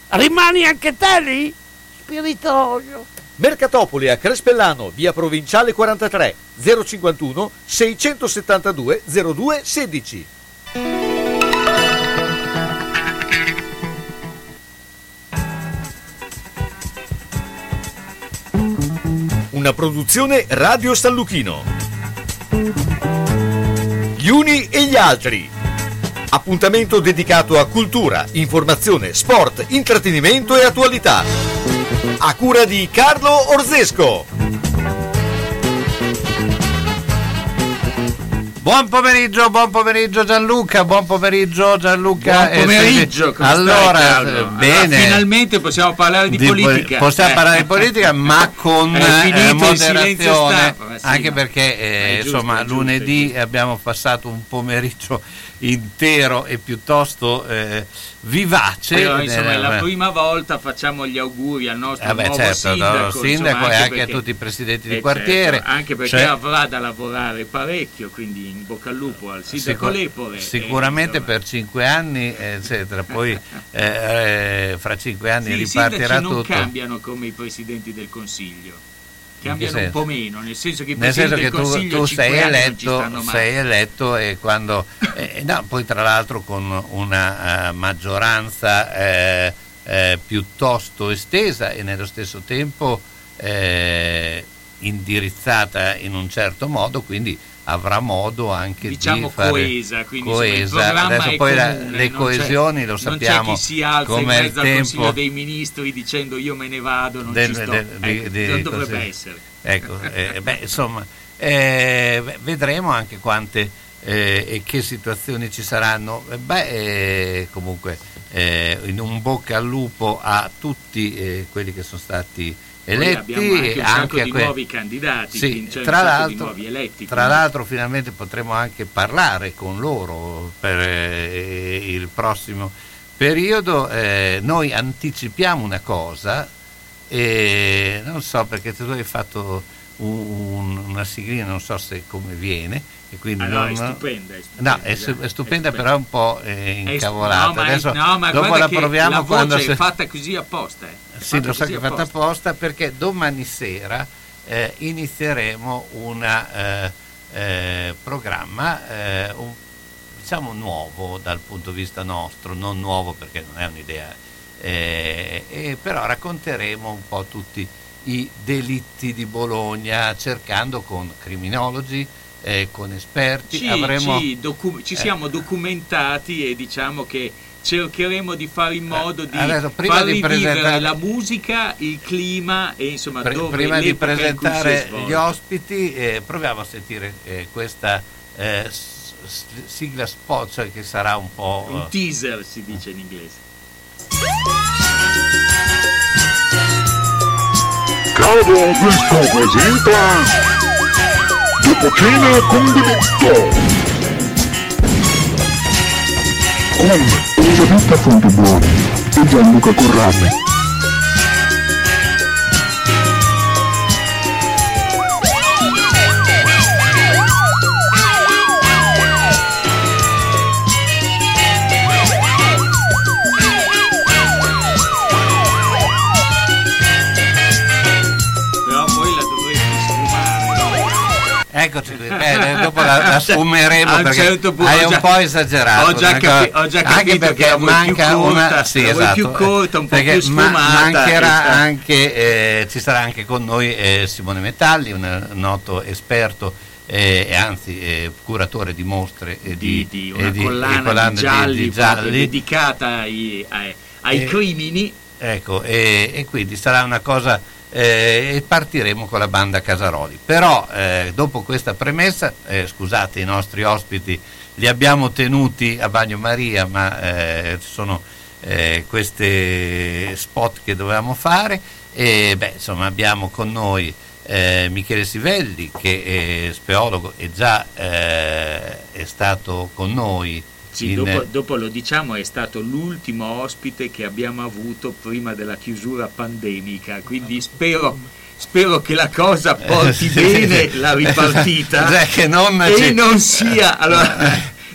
Rimani anche te lì? Spiritoso. Mercatopoli a Crespellano, via Provinciale 43, 051 672 02 16. Una produzione Radio San Luchino. Gli uni e gli altri. Appuntamento dedicato a cultura, informazione, sport, intrattenimento e attualità. A cura di Carlo Orzesco. Buon pomeriggio Gianluca, buon pomeriggio. Come allora, stai, bene. Finalmente possiamo parlare di politica. Possiamo parlare di politica, ma con moderazione, sì, anche perché giusto, lunedì abbiamo passato un pomeriggio intero e piuttosto vivace. Però, insomma, è la prima volta, facciamo gli auguri al nostro nuovo sindaco, e anche a tutti i presidenti di quartiere, certo, anche perché avrà da lavorare parecchio, quindi in bocca al lupo al sindaco Lepore. Sicuramente per 5 anni, eccetera. Poi fra 5 anni ripartirà tutto. Non cambiano come i presidenti del Consiglio. Cambiano un po' meno, nel senso che tu sei eletto e quando poi tra l'altro con una maggioranza piuttosto estesa e nello stesso tempo indirizzata in un certo modo, quindi avrà modo anche di fare coesa. Adesso poi comune, le coesioni lo sappiamo, non c'è chi si alza in mezzo al Consiglio dei Ministri dicendo io me ne vado, non ci sto. Non dovrebbe essere. Ecco, insomma, vedremo anche quante e che situazioni ci saranno. Comunque in un bocca al lupo a tutti quelli che sono stati eletti, abbiamo anche un sacco di nuovi candidati, sì, c'è tra un sacco l'altro, di nuovi eletti. Tra l'altro finalmente potremo anche parlare con loro per il prossimo periodo. Noi anticipiamo una cosa, non so perché tu hai fatto una siglina, non so se come viene, e quindi è stupenda. È stupenda, però è un po' incavolata. Adesso ma dopo la proviamo, la quando voce è fatta così apposta. Sì, lo so che è fatta apposta, perché domani sera inizieremo un programma diciamo nuovo dal punto di vista nostro, non nuovo perché non è un'idea, però racconteremo un po' tutti i delitti di Bologna, cercando con criminologi, con esperti. Ci siamo documentati e diciamo che cercheremo di fare in modo di prima far di rivivere la musica, il clima e insomma prima di presentare gli ospiti, proviamo a sentire questa sigla spot, cioè che sarà un po' un teaser, si dice in inglese. Radio Disco presenta Dopo cena con delitto, con Elisabetta Fontebuoni e Gianluca Corrame. Eccoci qui, dopo la sfumeremo perché certo punto, hai un po' esagerato. Ho già capito anche perché manca una, sì, esatto, più corta, un po' più sfumata. Mancherà anche, ci sarà anche con noi Simone Metalli, un noto esperto e anzi curatore di mostre di una collana di gialli dedicata ai crimini. Ecco, e quindi sarà una cosa. E partiremo con la banda Casaroli, però dopo questa premessa, scusate, i nostri ospiti li abbiamo tenuti a Bagnomaria, ma ci sono queste spot che dovevamo fare, e insomma abbiamo con noi Michele Sivelli, che è speologo e già è stato con noi. Sì, dopo lo diciamo, è stato l'ultimo ospite che abbiamo avuto prima della chiusura pandemica, quindi spero che la cosa porti bene la ripartita che non non sia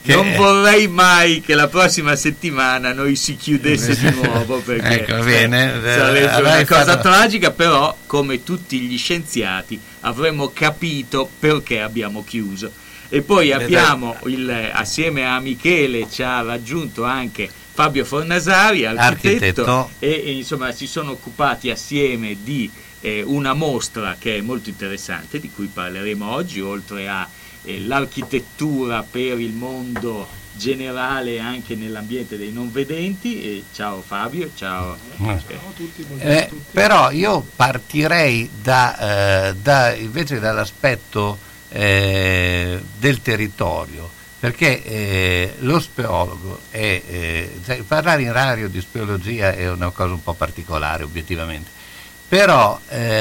non vorrei mai che la prossima settimana noi si chiudesse di nuovo, perché ecco, bene, sarebbe una cosa tragica, però come tutti gli scienziati avremmo capito perché abbiamo chiuso. E poi abbiamo assieme a Michele ci ha raggiunto anche Fabio Fornasari, architetto. E insomma si sono occupati assieme di una mostra che è molto interessante, di cui parleremo oggi, oltre a l'architettura per il mondo generale anche nell'ambiente dei non vedenti. Ciao Fabio, ciao. Ciao a tutti, però io partirei invece dall'aspetto del territorio, perché lo speologo parlare in radio di speologia è una cosa un po' particolare obiettivamente, però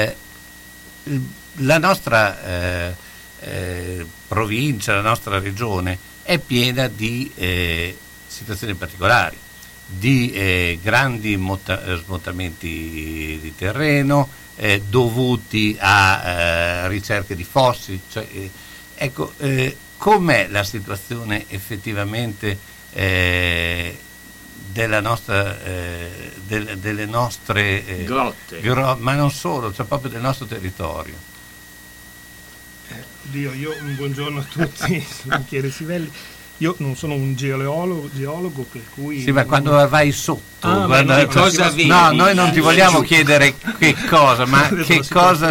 la nostra provincia, la nostra regione è piena di situazioni particolari, di grandi smottamenti di terreno dovuti a ricerche di fossi, ecco, com'è la situazione effettivamente della nostra, delle nostre grotte, ma non solo, cioè proprio del nostro territorio? Io buongiorno a tutti, sono Michele Sivelli. Io non sono un geologo, per cui... Sì, ma quando vai sotto... cosa vedi? No, noi non ti vogliamo chiedere che cosa, ma che cosa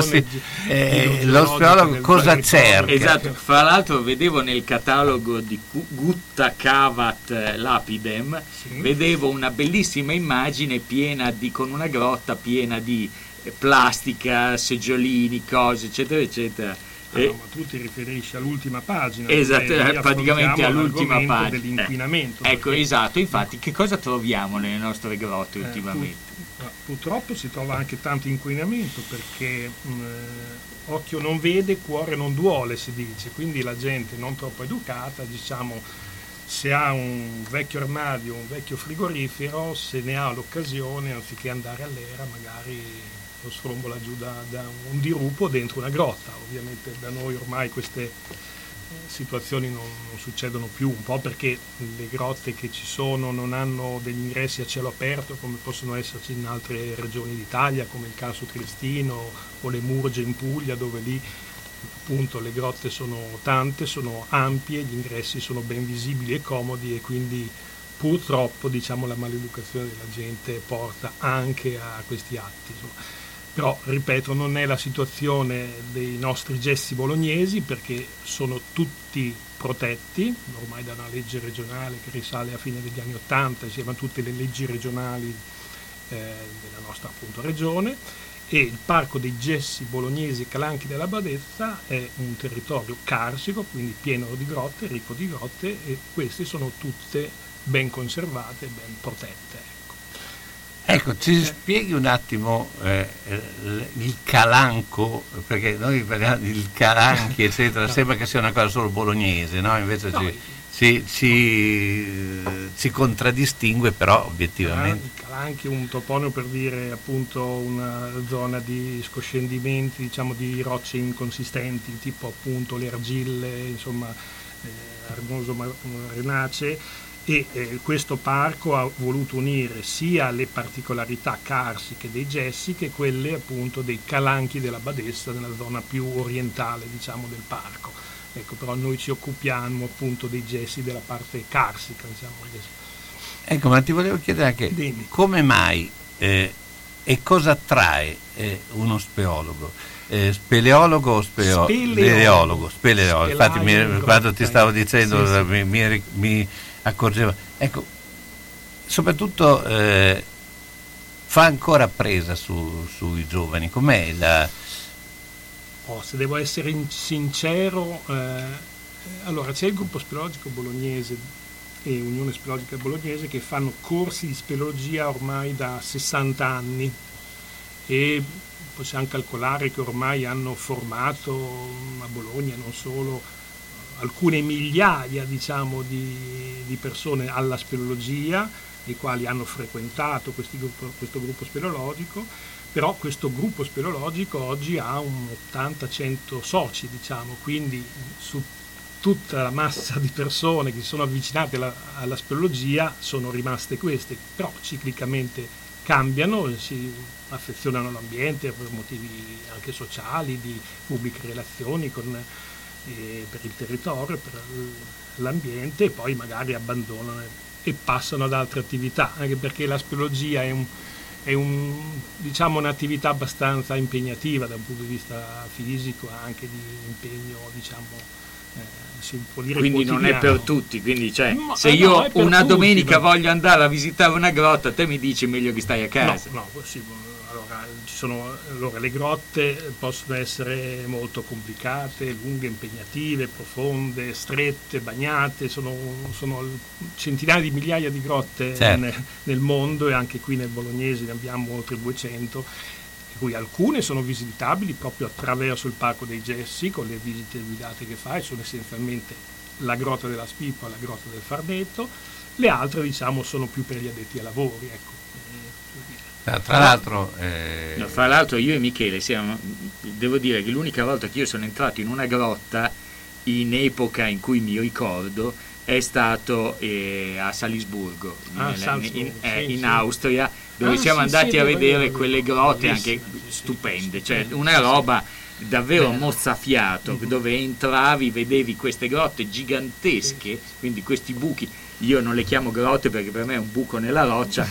lo speologo cosa cerca. Esatto, fra l'altro vedevo nel catalogo di Gutta Cavat Lapidem, sì, vedevo una bellissima immagine con una grotta piena di plastica, seggiolini, cose, eccetera, eccetera. Ma tu ti riferisci all'ultima pagina? Esatto, praticamente all'ultima pagina dell'inquinamento. Ecco, esatto, infatti che cosa troviamo nelle nostre grotte ultimamente? Purtroppo si trova anche tanto inquinamento, perché occhio non vede, cuore non duole, si dice, quindi la gente non troppo educata, diciamo, se ha un vecchio armadio, un vecchio frigorifero, se ne ha l'occasione, anziché andare all'era, magari lo sfrombola giù da un dirupo dentro una grotta. Ovviamente da noi ormai queste situazioni non succedono più, un po' perché le grotte che ci sono non hanno degli ingressi a cielo aperto come possono esserci in altre regioni d'Italia, come il caso Triestino o le Murge in Puglia, dove lì appunto le grotte sono tante, sono ampie, gli ingressi sono ben visibili e comodi, e quindi purtroppo, diciamo, la maleducazione della gente porta anche a questi atti, insomma. Però, ripeto, non è la situazione dei nostri gessi bolognesi, perché sono tutti protetti ormai da una legge regionale che risale a fine degli anni '80, insieme a tutte le leggi regionali della nostra appunto regione, e il parco dei gessi bolognesi Calanchi della Badezza è un territorio carsico, quindi pieno di grotte, ricco di grotte, e queste sono tutte ben conservate e ben protette. Ecco, ci spieghi un attimo il calanco, perché noi parliamo di calanchi, eccetera, sembra che sia una cosa solo bolognese, no? Invece ci contraddistingue, però obiettivamente. Il calanchi è un toponimo per dire appunto una zona di scoscendimenti, diciamo, di rocce inconsistenti, tipo appunto le argille, insomma, arnoso marenacee. E questo parco ha voluto unire sia le particolarità carsiche dei gessi che quelle appunto dei calanchi della Badessa, nella zona più orientale, diciamo, del parco. Ecco, però noi ci occupiamo appunto dei gessi della parte carsica, diciamo. Ecco, ma ti volevo chiedere anche come mai e cosa attrae uno speologo? Speleologo o speleologo? Speleologo. Infatti quando ti stavo dicendo sì. mi accorgevo, ecco, soprattutto fa ancora presa sui giovani, com'è la... se devo essere sincero, allora c'è il gruppo speleologico bolognese e Unione Speleologica Bolognese che fanno corsi di speleologia ormai da 60 anni, e possiamo calcolare che ormai hanno formato a Bologna, non solo, alcune migliaia, diciamo, di persone alla speleologia, i quali hanno frequentato questo gruppo speleologico. Però questo gruppo speleologico oggi ha un 80-100 soci, diciamo, quindi su tutta la massa di persone che si sono avvicinate alla speleologia sono rimaste queste, però ciclicamente cambiano, si affezionano all'ambiente per motivi anche sociali, di pubbliche relazioni per il territorio, per l'ambiente, e poi magari abbandonano e passano ad altre attività, anche perché la speleologia è diciamo un'attività abbastanza impegnativa da un punto di vista fisico, anche di impegno, diciamo, si può dire quindi quotidiano. non è per tutti, quindi se io una tutti, domenica no? voglio andare a visitare una grotta, te mi dici meglio che stai a casa. No, sì, allora le grotte possono essere molto complicate, lunghe, impegnative, profonde, strette, bagnate, sono centinaia di migliaia di grotte nel mondo, e anche qui nel Bolognese ne abbiamo oltre 200, di cui alcune sono visitabili proprio attraverso il Parco dei Gessi, con le visite guidate che fai, sono essenzialmente la grotta della Spippa, la grotta del Fardetto, le altre diciamo sono più per gli addetti ai lavori, ecco. Tra l'altro io e Michele devo dire che l'unica volta che io sono entrato in una grotta in epoca in cui mi ricordo è stato a Salisburgo, in Austria, dove siamo andati a vedere quelle grotte anche stupende, cioè una roba davvero mozzafiato, dove entravi, vedevi queste grotte gigantesche, quindi questi buchi. Io non le chiamo grotte perché per me è un buco nella roccia,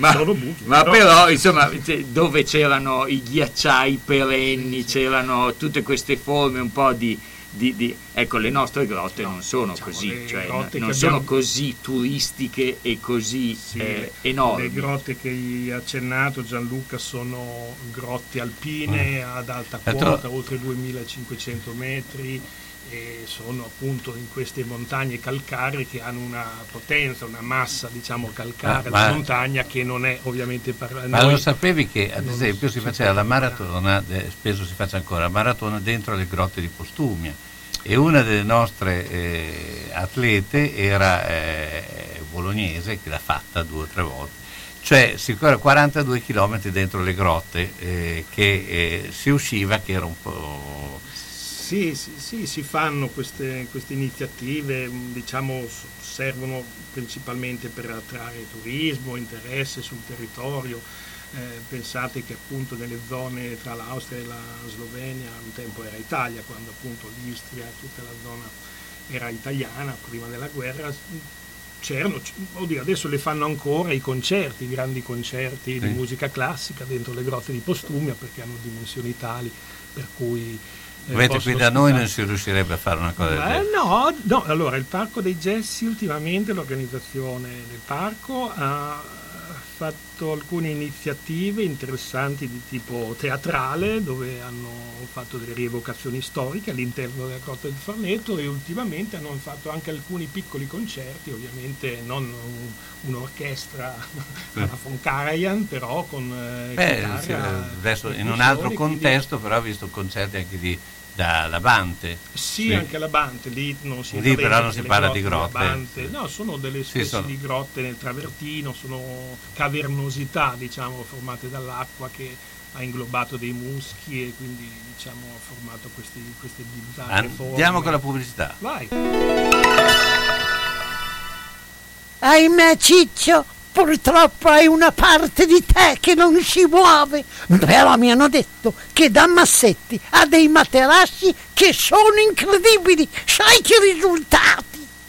ma però insomma, dove c'erano i ghiacciai perenni, c'erano tutte queste forme un po' di ecco, le nostre grotte non sono così, cioè non sono così turistiche e così enormi. Le grotte che hai accennato, Gianluca, sono grotte alpine ad alta quota, oltre 2500 metri, e sono appunto in queste montagne calcaree che hanno una potenza, una massa diciamo calcarea di montagna che non è ovviamente ma lo sapevi che ad esempio si faceva la maratona, spesso si faccia ancora la maratona dentro le grotte di Postumia, e una delle nostre atlete era bolognese, che l'ha fatta 2 o 3 volte, cioè si corre 42 km dentro le grotte, che si usciva, che era un po'... Sì, si fanno queste iniziative, diciamo, servono principalmente per attrarre turismo, interesse sul territorio. Pensate che appunto nelle zone tra l'Austria e la Slovenia un tempo era Italia, quando appunto l'Istria e tutta la zona era italiana prima della guerra. Adesso le fanno ancora i concerti, i grandi concerti di musica classica dentro le grotte di Postumia, perché hanno dimensioni tali per cui qui da noi non si riuscirebbe a fare una cosa del genere. No, allora il Parco dei Gessi ultimamente, l'organizzazione del parco ha fatto alcune iniziative interessanti di tipo teatrale, dove hanno fatto delle rievocazioni storiche all'interno della Grotta del Farneto, e ultimamente hanno fatto anche alcuni piccoli concerti, ovviamente non un'orchestra alla von Karajan, però con adesso in un altro contesto, però ho visto concerti anche da Bante. Sì, anche la Bante, lì non si però non si parla di grotte. No, sono delle specie di grotte nel travertino, sono cavernosità, diciamo, formate dall'acqua che ha inglobato dei muschi, e quindi diciamo ha formato queste bizzarre forme. Andiamo con la pubblicità. Vai. Ahimè, Ciccio, purtroppo hai una parte di te che non si muove, però mi hanno detto che da Massetti ha dei materassi che sono incredibili. Sai che risultati?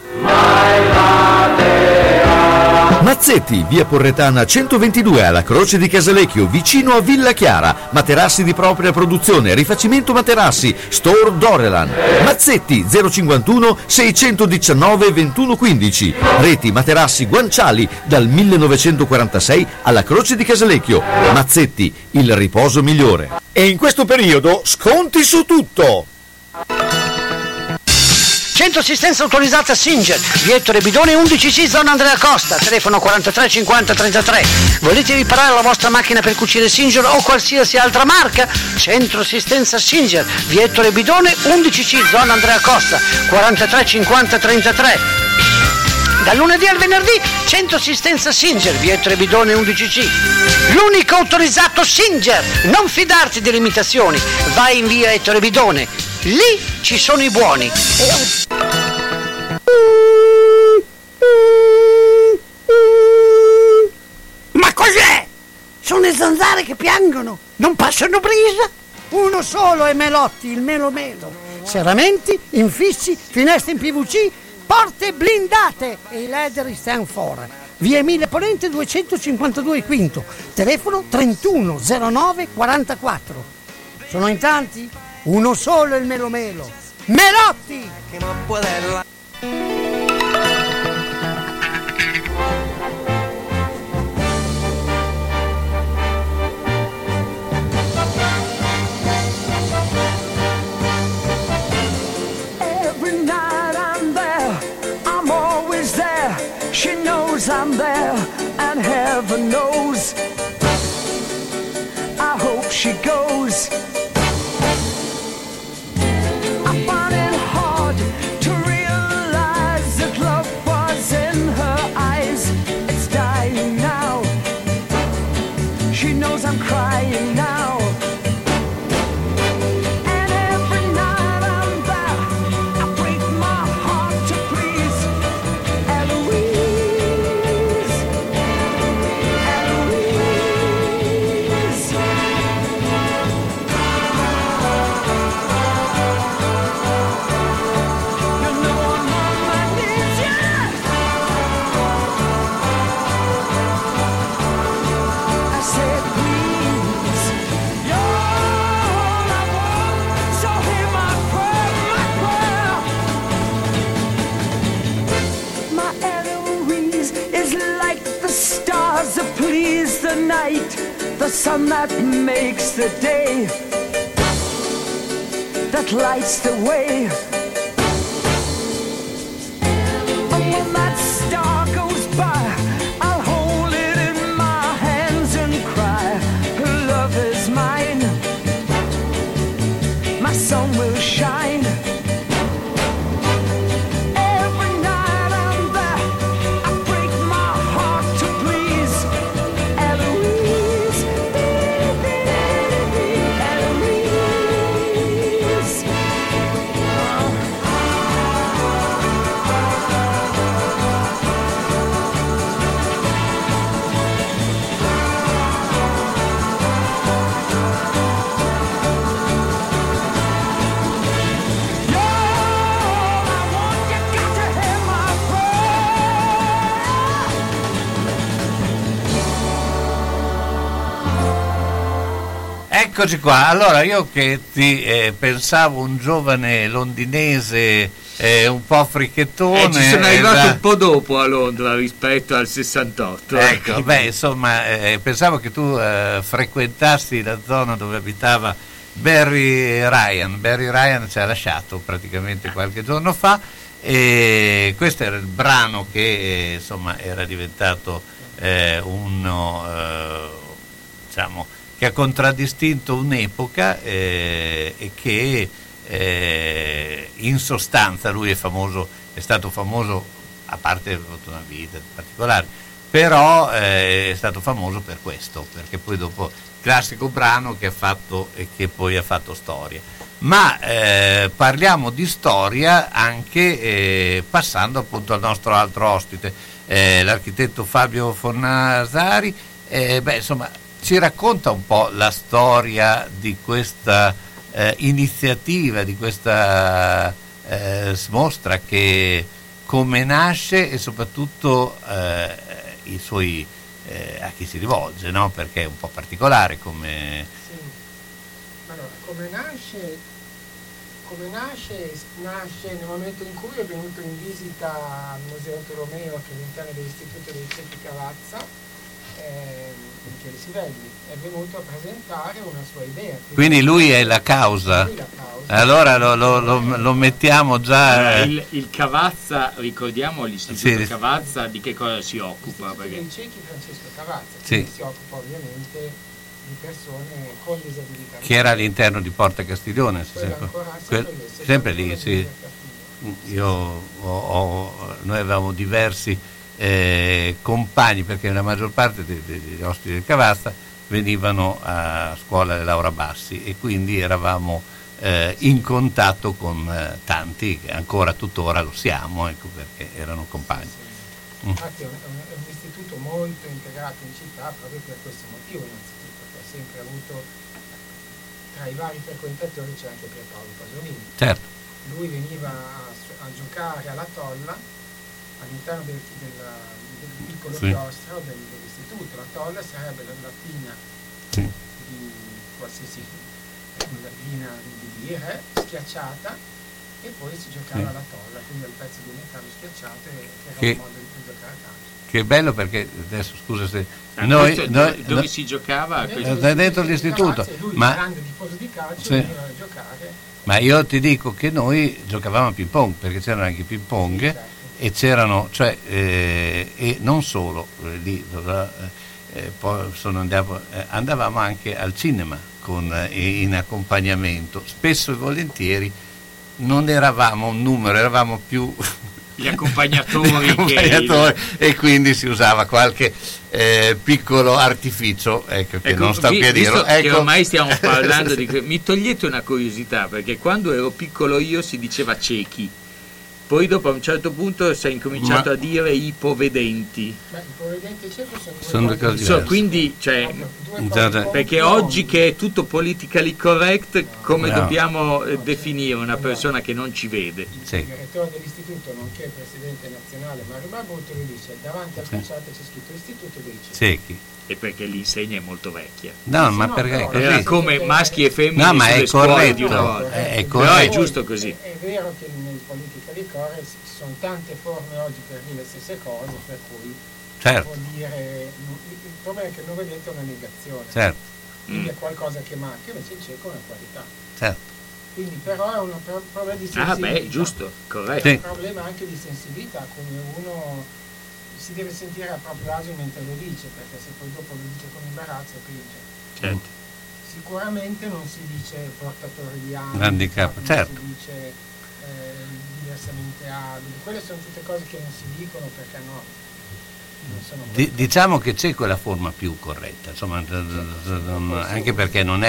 Mazzetti, via Porretana 122 alla Croce di Casalecchio, vicino a Villa Chiara. Materassi di propria produzione, rifacimento materassi, Store Dorelan. Mazzetti 051 619 2115. Reti materassi guanciali dal 1946 alla Croce di Casalecchio. Mazzetti, il riposo migliore. E in questo periodo sconti su tutto. Centro assistenza autorizzata Singer, via Ettore Bidone 11C, zona Andrea Costa, telefono 43 50 33. Volete riparare la vostra macchina per cucire Singer o qualsiasi altra marca? Centro assistenza Singer, via Ettore Bidone 11C, zona Andrea Costa, 43 50 33. Dal lunedì al venerdì, centro assistenza Singer, via Ettore Bidone 11C. L'unico autorizzato Singer. Non fidarti delle imitazioni. Vai in via Ettore Bidone. Lì ci sono i buoni. Sono le zanzare che piangono, non passano brisa. Uno solo è Melotti, il Melo Melo. Serramenti, infissi, finestre in PVC, porte blindate e i leder stand for. Via Emile Ponente 252 Quinto, telefono 3109 44. Sono in tanti? Uno solo è il Melo Melo. Melotti! Every night I'm there, I'm always there. She knows I'm there, and heaven knows I hope she goes. I find it hard to realize that love was in her eyes. It's dying now. She knows I'm crying now. And every night I'm there, I break my heart to please Eloise. Eloise. You know I'm on my knees, yeah. I said, please, you're all I want, so hear my prayer, my Eloise is like the stars that please the night, the sun that makes the day, that lights the way. And when that star goes by, I'll hold it in my hands and cry, her love is mine, my sun will shine. Every night I'm there, I break my heart to please Eloise. Eloise. You're all I want, you got to hear my prayer. Eccoci qua. Allora, io che ti pensavo un giovane londinese un po' fricchettone. Ci sono arrivato un po' dopo a Londra rispetto al 68. Ecco, beh, insomma, pensavo che tu frequentassi la zona dove abitava Barry Ryan. Barry Ryan ci ha lasciato praticamente qualche giorno fa, e questo era il brano che insomma era diventato diciamo, che ha contraddistinto un'epoca e che in sostanza lui è stato famoso, a parte una vita particolare, però è stato famoso per questo, perché poi dopo classico brano che ha fatto e che poi ha fatto storia. Ma parliamo di storia anche passando appunto al nostro altro ospite, l'architetto Fabio Fornasari. Insomma, ci racconta un po' la storia di questa iniziativa, di questa mostra, che come nasce e soprattutto i suoi a chi si rivolge, no? Perché è un po' particolare come... Sì. Allora, come nasce nel momento in cui è venuto in visita al Museo Tolomeo, che è all'interno dell'Istituto dei Ciechi Cavazza, Michele Sivelli è venuto a presentare una sua idea. Quindi lui è la causa. Allora lo mettiamo già. Il Cavazza, ricordiamo l'Istituto Cavazza di che cosa si occupa? Perché dei ciechi Francesco Cavazza, sì, si occupa ovviamente di persone con disabilità. Che era all'interno di Porta Castiglione, sempre lì, sì. Noi avevamo diversi compagni, perché la maggior parte degli ospiti del Cavazza venivano a scuola di Laura Bassi, e quindi eravamo in contatto con tanti, che ancora tuttora lo siamo, ecco, perché erano compagni. Infatti è un istituto molto integrato in città proprio per questo motivo, innanzitutto, perché ha sempre avuto, tra i vari frequentatori c'è anche Pierpaolo Pasolini. Certo. Lui veniva a giocare alla tolla all'interno del piccolo chiostro dell'istituto. La tolla sarebbe la lattina di qualsiasi lattina di birre schiacciata, e poi si giocava alla tolla, quindi al pezzo di metallo schiacciato, e era un modo di giocare a calcio. Che è bello, perché adesso scusa se dove si giocava? Dentro l'istituto, Lui, ma grande tifoso di calcio, veniva a giocare. Ma io ti dico che noi giocavamo a ping pong, perché c'erano anche i ping pong, e c'erano, cioè, e non solo lì, poi andavamo anche al cinema in accompagnamento, spesso e volentieri. Non eravamo un numero, eravamo più gli accompagnatori, e quindi si usava qualche piccolo artificio, ecco, che non sta più a dirlo. Che ormai stiamo parlando di mi togliete una curiosità, perché quando ero piccolo io si diceva ciechi, poi dopo a un certo punto si è incominciato a dire ipovedenti. Ipovedenti e cieco sono due cose diverse. Quindi, cioè, perché oggi che è tutto politically correct, come dobbiamo definire una persona che non ci vede? Il direttore dell'istituto, nonché presidente nazionale Mario Barbuto, lui dice: davanti al facciata c'è scritto istituto dei ciechi. E perché l'insegna è molto vecchia. No, ma perché era come maschi e femmine. No, ma è corretto, però è giusto così. È vero che nel politically correct ci sono tante forme oggi per dire le stesse cose, per cui vuol dire, il problema è che il non vedente è una negazione, quindi è qualcosa che manca, invece il cieco è una qualità. Quindi però è un problema di sensibilità. Giusto, corretto. È un problema anche di sensibilità, come uno si deve sentire a proprio agio mentre lo dice, perché se poi dopo lo dice con imbarazzo pinge. Sicuramente non si dice portatore di handicap, non si dice diversamente abili, quelle sono tutte cose che non si dicono perché non sono diciamo che cieco è la forma più corretta, insomma, anche perché non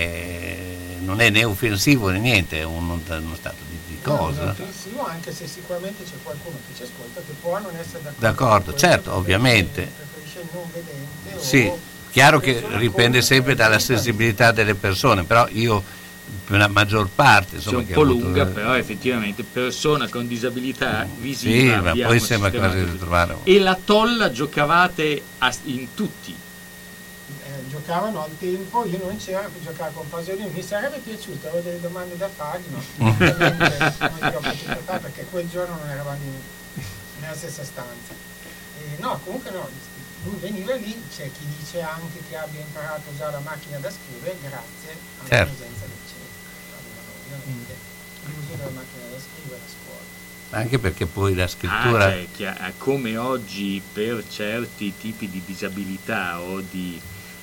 è né offensivo né niente, è uno stato di cosa. Non è offensivo, anche se sicuramente c'è qualcuno che ci ascolta che può non essere d'accordo, certo, ovviamente. Preferisce il non vedente. Sì, chiaro che dipende sempre dalla sensibilità delle persone, però io per la maggior parte, insomma, c'è un po' lunga, però effettivamente persona con disabilità visiva. Sì, ma poi sembra quasi di trovare. E la tolla giocavate in tutti? Giocavano al tempo, io non c'ero per giocare con Pasolini, mi sarebbe piaciuto, avevo delle domande da fargli, ma ovviamente non gli ho potuto fare perché quel giorno non eravamo nella stessa stanza. No, comunque no, lui veniva lì, c'è chi dice anche che abbia imparato già la macchina da scrivere grazie alla presenza del cieco. Ovviamente l'uso della macchina da scrivere a scuola. Anche perché poi la scrittura... come oggi per certi tipi di disabilità o di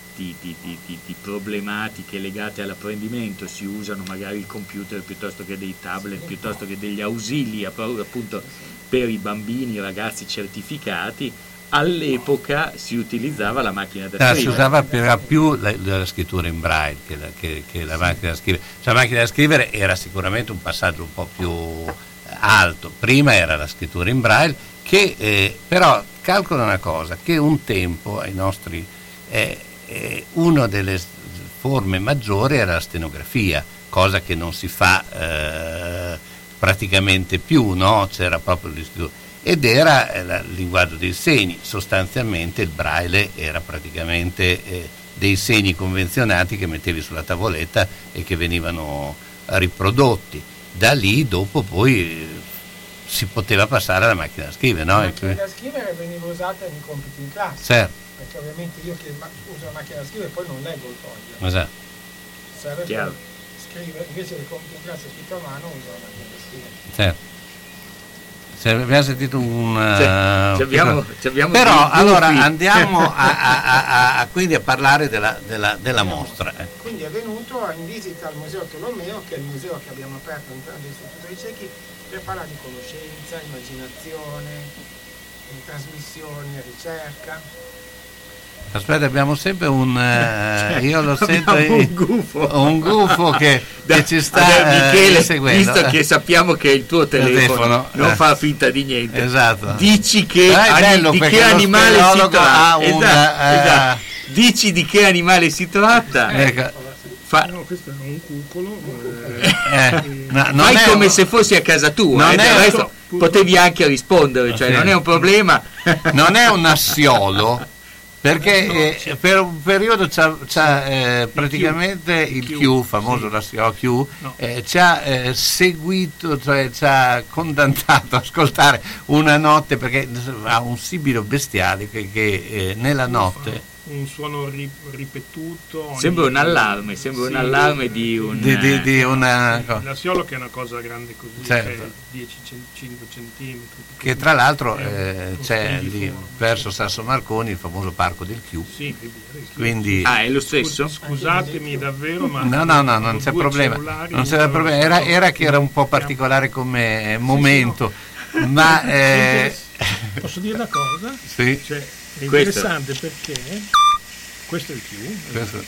problematiche legate all'apprendimento si usano magari il computer piuttosto che dei tablet, piuttosto che degli ausili appunto per i bambini, i ragazzi certificati, all'epoca si utilizzava la macchina da scrivere. Si usava per più la scrittura in braille che la macchina da scrivere. Cioè, la macchina da scrivere era sicuramente un passaggio un po' più alto, prima era la scrittura in braille, che però calcola una cosa, che un tempo ai nostri una delle forme maggiori era la stenografia, cosa che non si fa praticamente più, no? C'era proprio l'istituto, ed era il linguaggio dei segni. Sostanzialmente il braille era praticamente dei segni convenzionati che mettevi sulla tavoletta e che venivano riprodotti. Da lì dopo poi si poteva passare alla macchina da scrivere, no? La macchina da scrivere veniva usata nei compiti in classe. Certo. Perché ovviamente io che uso la macchina da scrivere poi non leggo il foglio. Esatto. Serve per scrivere, invece del compito in classe scritto a mano uso la macchina da scrivere. Certo. Abbiamo sentito però allora andiamo quindi a parlare della mostra. Quindi è venuto in visita al Museo Tolomeo, che è il museo che abbiamo aperto all'interno dell'Istituto dei Ciechi, per parlare di conoscenza, immaginazione, trasmissione, ricerca. Aspetta, abbiamo sempre io lo sento un gufo che ci sta Michele, seguendo. visto che sappiamo che è il tuo telefono, non fa finta di niente. Esatto. Dici che di che animale si tratta. Esatto. Dici di che animale si tratta. Ecco. No, questo è un cucolo. Fai come se fossi a casa tua. Del resto potevi anche rispondere, cioè non è un problema. Non è un assiolo. Perché per un periodo c'ha praticamente il Q, famoso l'assiolo Q, ci ha seguito, cioè ci ha condannato a ascoltare una notte, perché ha un sibilo bestiale che nella notte un suono ripetuto. Sembra un allarme, di una l'assiolo, che è una cosa grande così, certo. 10-5 centimetri. Che tra l'altro c'è lì verso Sasso Marconi il famoso parco del Q. Sì, quindi è lo stesso? Scusatemi davvero, ma no, non c'è problema. Non c'è problema. Era che era un po' particolare come momento. Ma posso dire una cosa? Sì. Cioè, è interessante perché questo è il Q.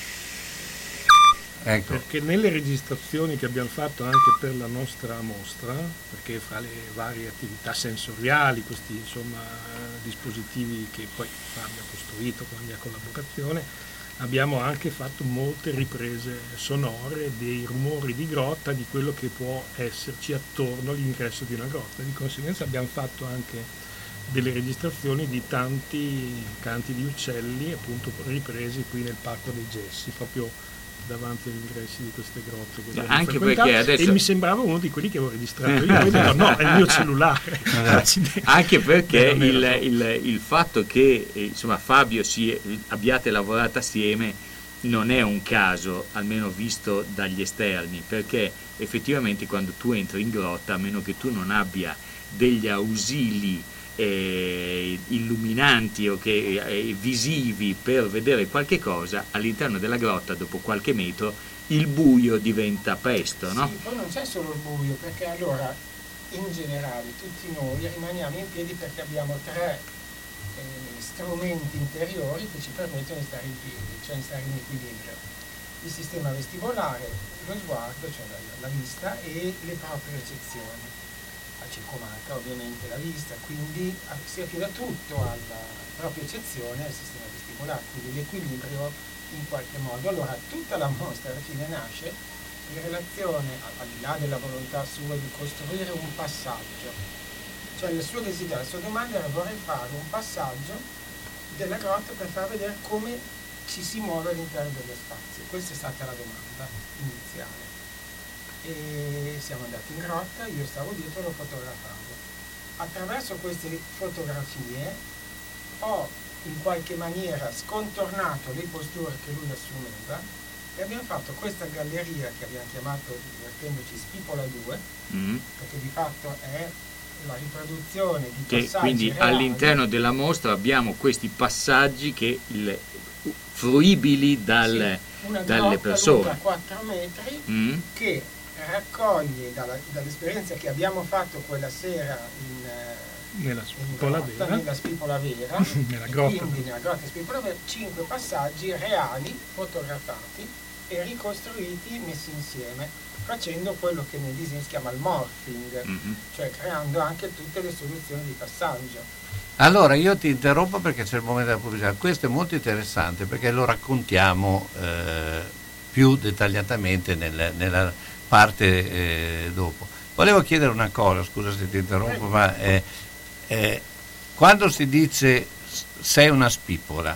Ecco. Perché nelle registrazioni che abbiamo fatto anche per la nostra mostra, perché fra le varie attività sensoriali, questi dispositivi che poi Fabio ha costruito con la mia collaborazione, abbiamo anche fatto molte riprese sonore dei rumori di grotta, di quello che può esserci attorno all'ingresso di una grotta. Di conseguenza abbiamo fatto anche delle registrazioni di tanti canti di uccelli, appunto ripresi qui nel Parco dei Gessi, proprio davanti agli ingressi di queste grotte che anche perché adesso... e mi sembrava uno di quelli che avevo registrato io, no, è il mio cellulare. Anche perché il fatto che Fabio abbiate lavorato assieme non è un caso, almeno visto dagli esterni, perché effettivamente quando tu entri in grotta, a meno che tu non abbia degli ausili illuminanti o visivi per vedere qualche cosa, all'interno della grotta dopo qualche metro il buio diventa presto, no? Sì, poi non c'è solo il buio, perché allora in generale tutti noi rimaniamo in piedi perché abbiamo 3 strumenti interiori che ci permettono di stare in piedi, cioè di stare in equilibrio: il sistema vestibolare, lo sguardo, cioè la vista, e le proprie percezioni. La circomarca ovviamente la vista, quindi si affida tutto alla propria eccezione al sistema vestibolare, quindi l'equilibrio in qualche modo. Allora tutta la mostra alla fine nasce in relazione, al di là della volontà sua di costruire un passaggio, cioè il suo desiderio, la sua domanda era: vorrei fare un passaggio della grotta per far vedere come ci si muove all'interno dello spazio. Questa è stata la domanda iniziale. E siamo andati in grotta, io stavo dietro e lo fotografavo. Attraverso queste fotografie ho in qualche maniera scontornato le posture che lui assumeva e abbiamo fatto questa galleria che abbiamo chiamato, divertendoci, Spipola 2, perché di fatto è la riproduzione di passaggi quindi reali. All'interno della mostra abbiamo questi passaggi fruibili dalle persone. Una 4 metri che raccoglie dall'esperienza che abbiamo fatto quella sera nella Spipola Vera, nella grotta Spipola Vera, 5 passaggi reali fotografati e ricostruiti, messi insieme, facendo quello che nel disegno si chiama il morphing, cioè creando anche tutte le soluzioni di passaggio. Allora io ti interrompo perché c'è il momento della pubblicità. Questo è molto interessante perché lo raccontiamo più dettagliatamente nella parte dopo. Volevo chiedere una cosa, scusa se ti interrompo, ma quando si dice sei una spipola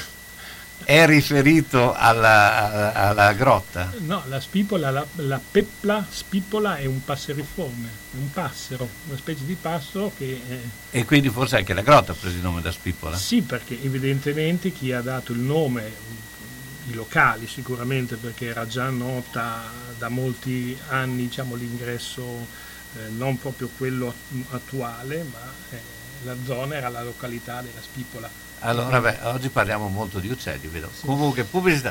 è riferito alla grotta? No, la spipola, la pepla spipola è un passeriforme, un passero, una specie di passero che... E quindi forse anche la grotta ha preso il nome da spipola? Sì, perché evidentemente chi ha dato il nome, i locali sicuramente, perché era già nota da molti anni, diciamo, l'ingresso, non proprio quello attuale, ma la zona era la località della Spipola. Allora, oggi parliamo molto di uccelli, vedo. Sì. Comunque, pubblicità.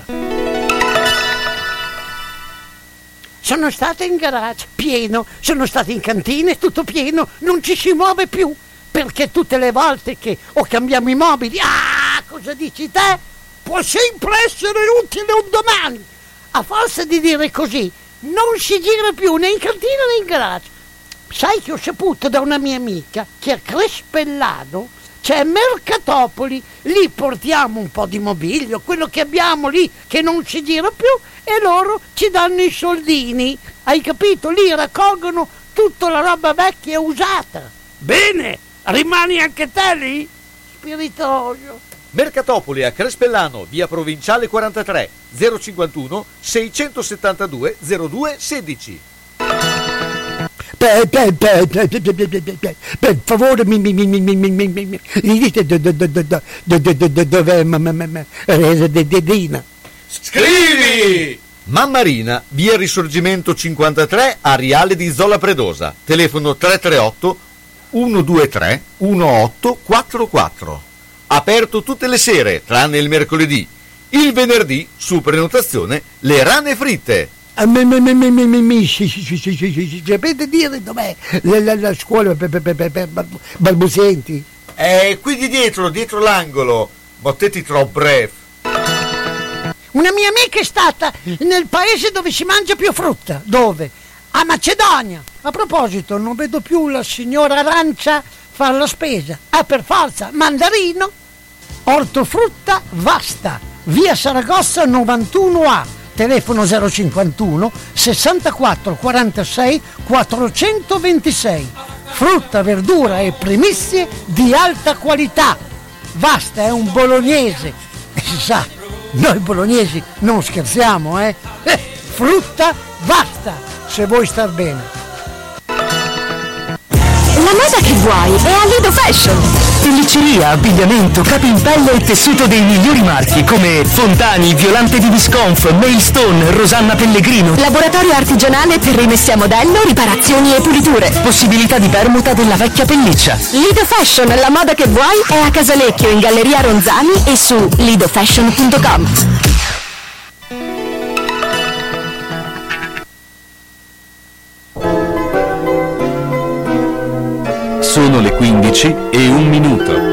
Sono stata in garage, pieno, sono stata in cantina, tutto pieno, non ci si muove più, perché tutte le volte che o cambiamo i mobili, cosa dici te? può sempre essere utile un domani. A forza di dire così, non si gira più né in cantina né in garage. Sai che ho saputo da una mia amica che a Crespellano c'è Mercatopoli, lì portiamo un po' di mobilio, quello che abbiamo lì che non si gira più, e loro ci danno i soldini, hai capito? Lì raccolgono tutta la roba vecchia e usata. Bene, rimani anche te lì? Spiritoso. Mercatopoli a Crespellano, via Provinciale 43, 051 672 02 16. Per favore, mi dite dov'è Dedina? Scrivi! Mammarina, via Risorgimento 53, Ariale di Zola Predosa. Telefono 338 123 1844. Aperto tutte le sere, tranne il mercoledì. Il venerdì, su prenotazione, le rane fritte. Sapete dire dov'è la scuola per balbuzienti? Qui di dietro l'angolo. Mottetti troppo breve. Una mia amica è stata nel paese dove si mangia più frutta. Dove? A Macedonia. A proposito, non vedo più la signora Arancia fare la spesa. Per forza, mandarino. Ortofrutta Vasta, via Saragossa 91A. Telefono 051 64 46 426. Frutta, verdura e primizie di alta qualità. Vasta è un bolognese. E si sa, noi bolognesi non scherziamo, frutta Vasta, se vuoi star bene. La moda che vuoi è a Lido Fashion. Pellicceria, abbigliamento, capi in pelle e tessuto dei migliori marchi come Fontani, Violante di Visconf, Mailstone, Rosanna Pellegrino. Laboratorio artigianale per rimessi a modello, riparazioni e puliture. Possibilità di permuta della vecchia pelliccia. Lido Fashion, la moda che vuoi è a Casalecchio in Galleria Ronzani e su lidofashion.com. Sono le 15:01.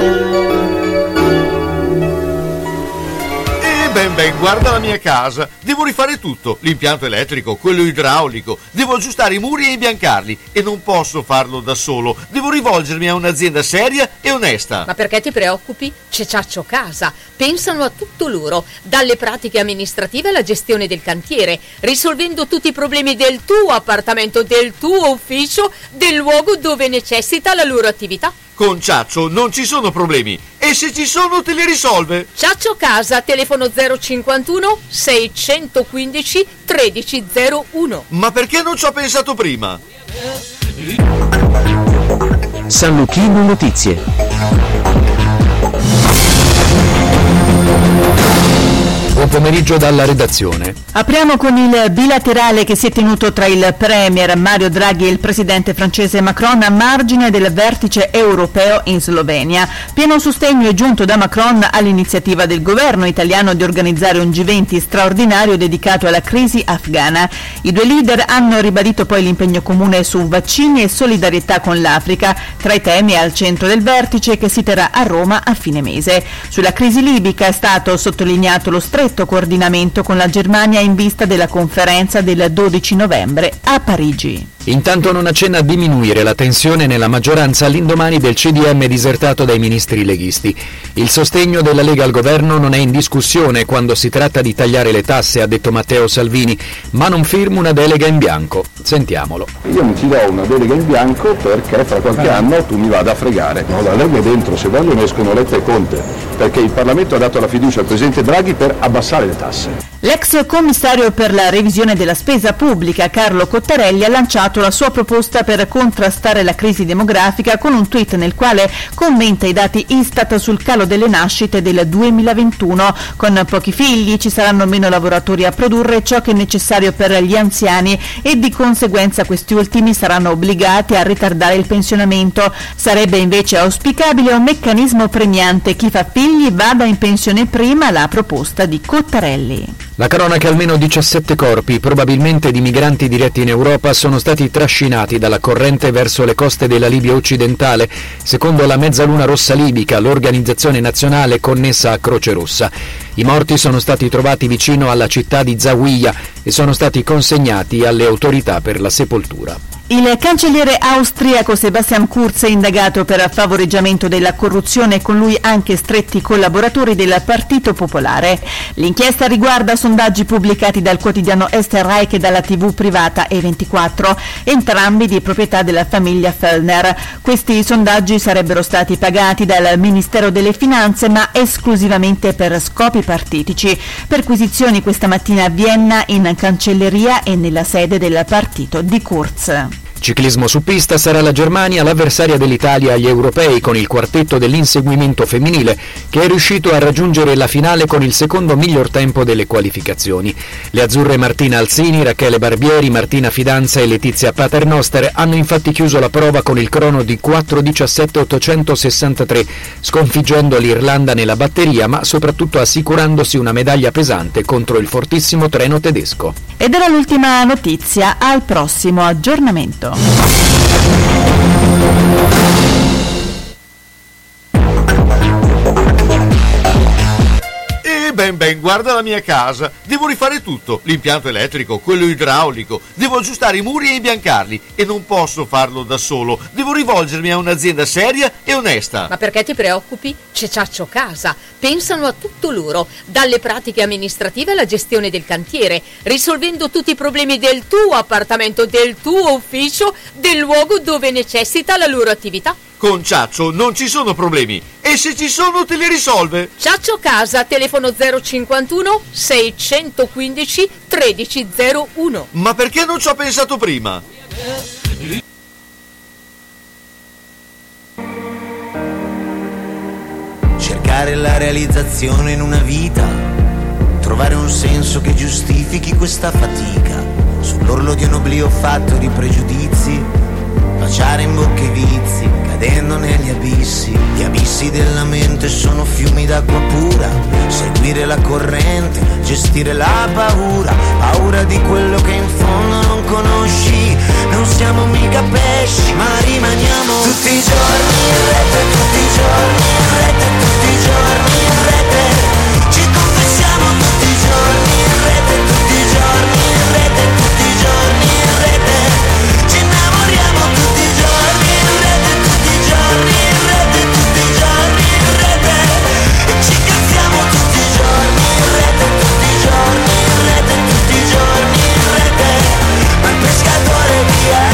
Ben, guarda la mia casa. Devo rifare tutto, l'impianto elettrico, quello idraulico. Devo aggiustare i muri e imbiancarli. E non posso farlo da solo. Devo rivolgermi a un'azienda seria e onesta. Ma perché ti preoccupi? C'è Ciaccio Casa. Pensano a tutto loro, dalle pratiche amministrative alla gestione del cantiere, risolvendo tutti i problemi del tuo appartamento, del tuo ufficio, del luogo dove necessita la loro attività. Con Ciaccio non ci sono problemi, e se ci sono te li risolve. Ciaccio Casa, telefono 051 615 1301. Ma perché non ci ho pensato prima? San Luchino Notizie. Buon pomeriggio dalla redazione. Apriamo con il bilaterale che si è tenuto tra il premier Mario Draghi e il presidente francese Macron a margine del vertice europeo in Slovenia. Pieno sostegno è giunto da Macron all'iniziativa del governo italiano di organizzare un G20 straordinario dedicato alla crisi afghana. I due leader hanno ribadito poi l'impegno comune su vaccini e solidarietà con l'Africa, tra i temi al centro del vertice che si terrà a Roma a fine mese. Sulla crisi libica è stato sottolineato lo stretto coordinamento con la Germania in vista della conferenza del 12 novembre a Parigi. Intanto non accenna a diminuire la tensione nella maggioranza all'indomani del CDM disertato dai ministri leghisti. Il sostegno della Lega al governo non è in discussione quando si tratta di tagliare le tasse, ha detto Matteo Salvini, ma non firmo una delega in bianco. Sentiamolo. Io non ti do una delega in bianco perché fra qualche anno tu mi vada a fregare. No, la Lega è dentro, se vogliono escono Letta e Conte, perché il Parlamento ha dato la fiducia al Presidente Draghi per abbassare le tasse. L'ex commissario per la revisione della spesa pubblica Carlo Cottarelli ha lanciato la sua proposta per contrastare la crisi demografica con un tweet nel quale commenta i dati Istat sul calo delle nascite del 2021. Con pochi figli ci saranno meno lavoratori a produrre ciò che è necessario per gli anziani e di conseguenza questi ultimi saranno obbligati a ritardare il pensionamento. Sarebbe invece auspicabile un meccanismo premiante chi fa figli vada in pensione prima, la proposta di Cottarelli. La cronaca: almeno 17 corpi, probabilmente di migranti diretti in Europa, sono stati trascinati dalla corrente verso le coste della Libia occidentale, secondo la Mezzaluna Rossa libica, l'organizzazione nazionale connessa a Croce Rossa. I morti sono stati trovati vicino alla città di Zawiya e sono stati consegnati alle autorità per la sepoltura. Il cancelliere austriaco Sebastian Kurz è indagato per favoreggiamento della corruzione e con lui anche stretti collaboratori del Partito Popolare. L'inchiesta riguarda sondaggi pubblicati dal quotidiano Österreich e dalla TV privata E24, entrambi di proprietà della famiglia Fellner. Questi sondaggi sarebbero stati pagati dal Ministero delle Finanze, ma esclusivamente per scopi partitici. Perquisizioni questa mattina a Vienna, in cancelleria e nella sede del partito di Kurz. Ciclismo su pista: sarà la Germania l'avversaria dell'Italia agli europei con il quartetto dell'inseguimento femminile, che è riuscito a raggiungere la finale con il secondo miglior tempo delle qualificazioni. Le azzurre Martina Alzini, Rachele Barbieri, Martina Fidanza e Letizia Paternoster hanno infatti chiuso la prova con il crono di 4:17.863, sconfiggendo l'Irlanda nella batteria, ma soprattutto assicurandosi una medaglia pesante contro il fortissimo treno tedesco. Ed era l'ultima notizia, al prossimo aggiornamento. Ben, guarda la mia casa. Devo rifare tutto: l'impianto elettrico, quello idraulico. Devo aggiustare i muri e imbiancarli. E non posso farlo da solo. Devo rivolgermi a un'azienda seria e onesta. Ma perché ti preoccupi? C'è Ciaccio Casa. Pensano a tutto loro, dalle pratiche amministrative alla gestione del cantiere, risolvendo tutti i problemi del tuo appartamento, del tuo ufficio, del luogo dove necessita la loro attività. Con Ciaccio non ci sono problemi, e se ci sono te li risolve. Ciaccio Casa, telefono 051 615 1301. Ma perché non ci ho pensato prima? Cercare la realizzazione in una vita, trovare un senso che giustifichi questa fatica, sull'orlo di un oblio fatto di pregiudizi, baciare in bocca i vizi, cadendo negli abissi. Gli abissi della mente sono fiumi d'acqua pura, seguire la corrente, gestire la paura, paura di quello che in fondo non conosci. Non siamo mica pesci, ma rimaniamo tutti i giorni in rete, tutti i giorni in rete, tutti i giorni in rete. Ci confessiamo tutti i giorni in rete, tutti i giorni in rete, tutti i giorni in rete. Ci innamoriamo tutti i giorni in rete, tutti i giorni in rete, tutti i giorni in rete. E ci cazziamo tutti i giorni in rete, tutti i giorni in rete, tutti i giorni in rete. Ma il pescatore chi è?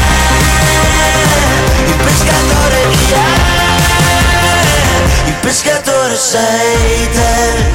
Il pescatore chi è? Il pescatore sei te.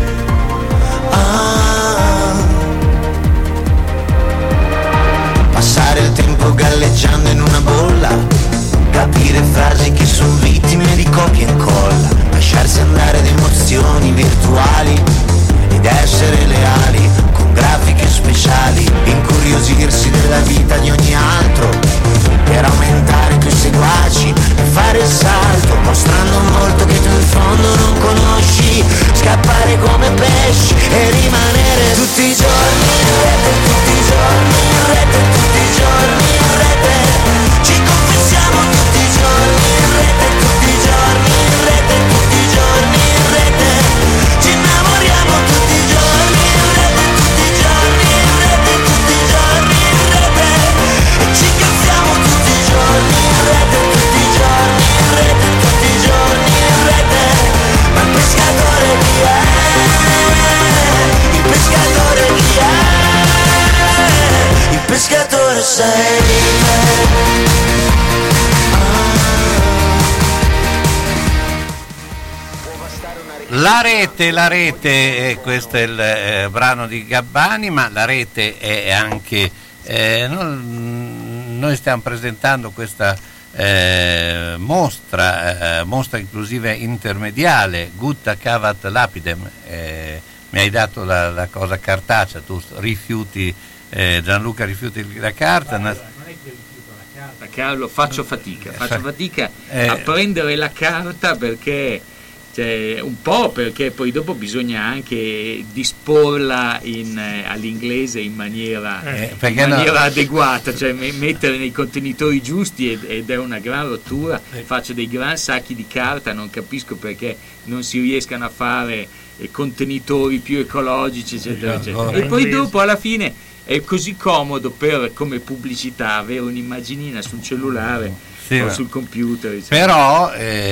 Passare il tempo galleggiando in una bolla, capire frasi che sono vittime di copia e incolla, lasciarsi andare ad emozioni virtuali ed essere leali con grafiche speciali, incuriosirsi della vita di ogni altro per aumentare più seguaci e fare il salto, mostrando molto che tu in fondo non conosci, scappare come pesci e rimanere tutti i giorni in rete, tutti i giorni in rete, tutti i giorni in rete. Ci confessiamo tutti i giorni in rete, tutti i giorni in rete, tutti i giorni in rete. Ci innamoriamo tutti i giorni in rete, tutti i giorni in rete, tutti i giorni in rete. E ci cazziamo tutti i giorni in rete, tutti i giorni in rete, tutti i giorni in rete. Ma il pescatore chi è? Il pescatore chi è? Il pescatore sei te. La rete, questo è il brano di Gabbani, ma la rete è anche, noi stiamo presentando questa mostra inclusiva intermediale, Gutta cavat lapidem, mi hai dato la cosa cartacea, tu rifiuti, Gianluca rifiuti la carta. Non è che rifiuto la carta, Carlo, faccio fatica a prendere la carta perché Cioè, un po' perché poi dopo bisogna anche disporla all'inglese in maniera adeguata, cioè mettere nei contenitori giusti ed è una gran rottura. Faccio dei gran sacchi di carta, non capisco perché non si riescano a fare contenitori più ecologici, eccetera, eccetera. E poi dopo alla fine è così comodo come pubblicità avere un'immaginina su un cellulare. Sì, o sul computer, però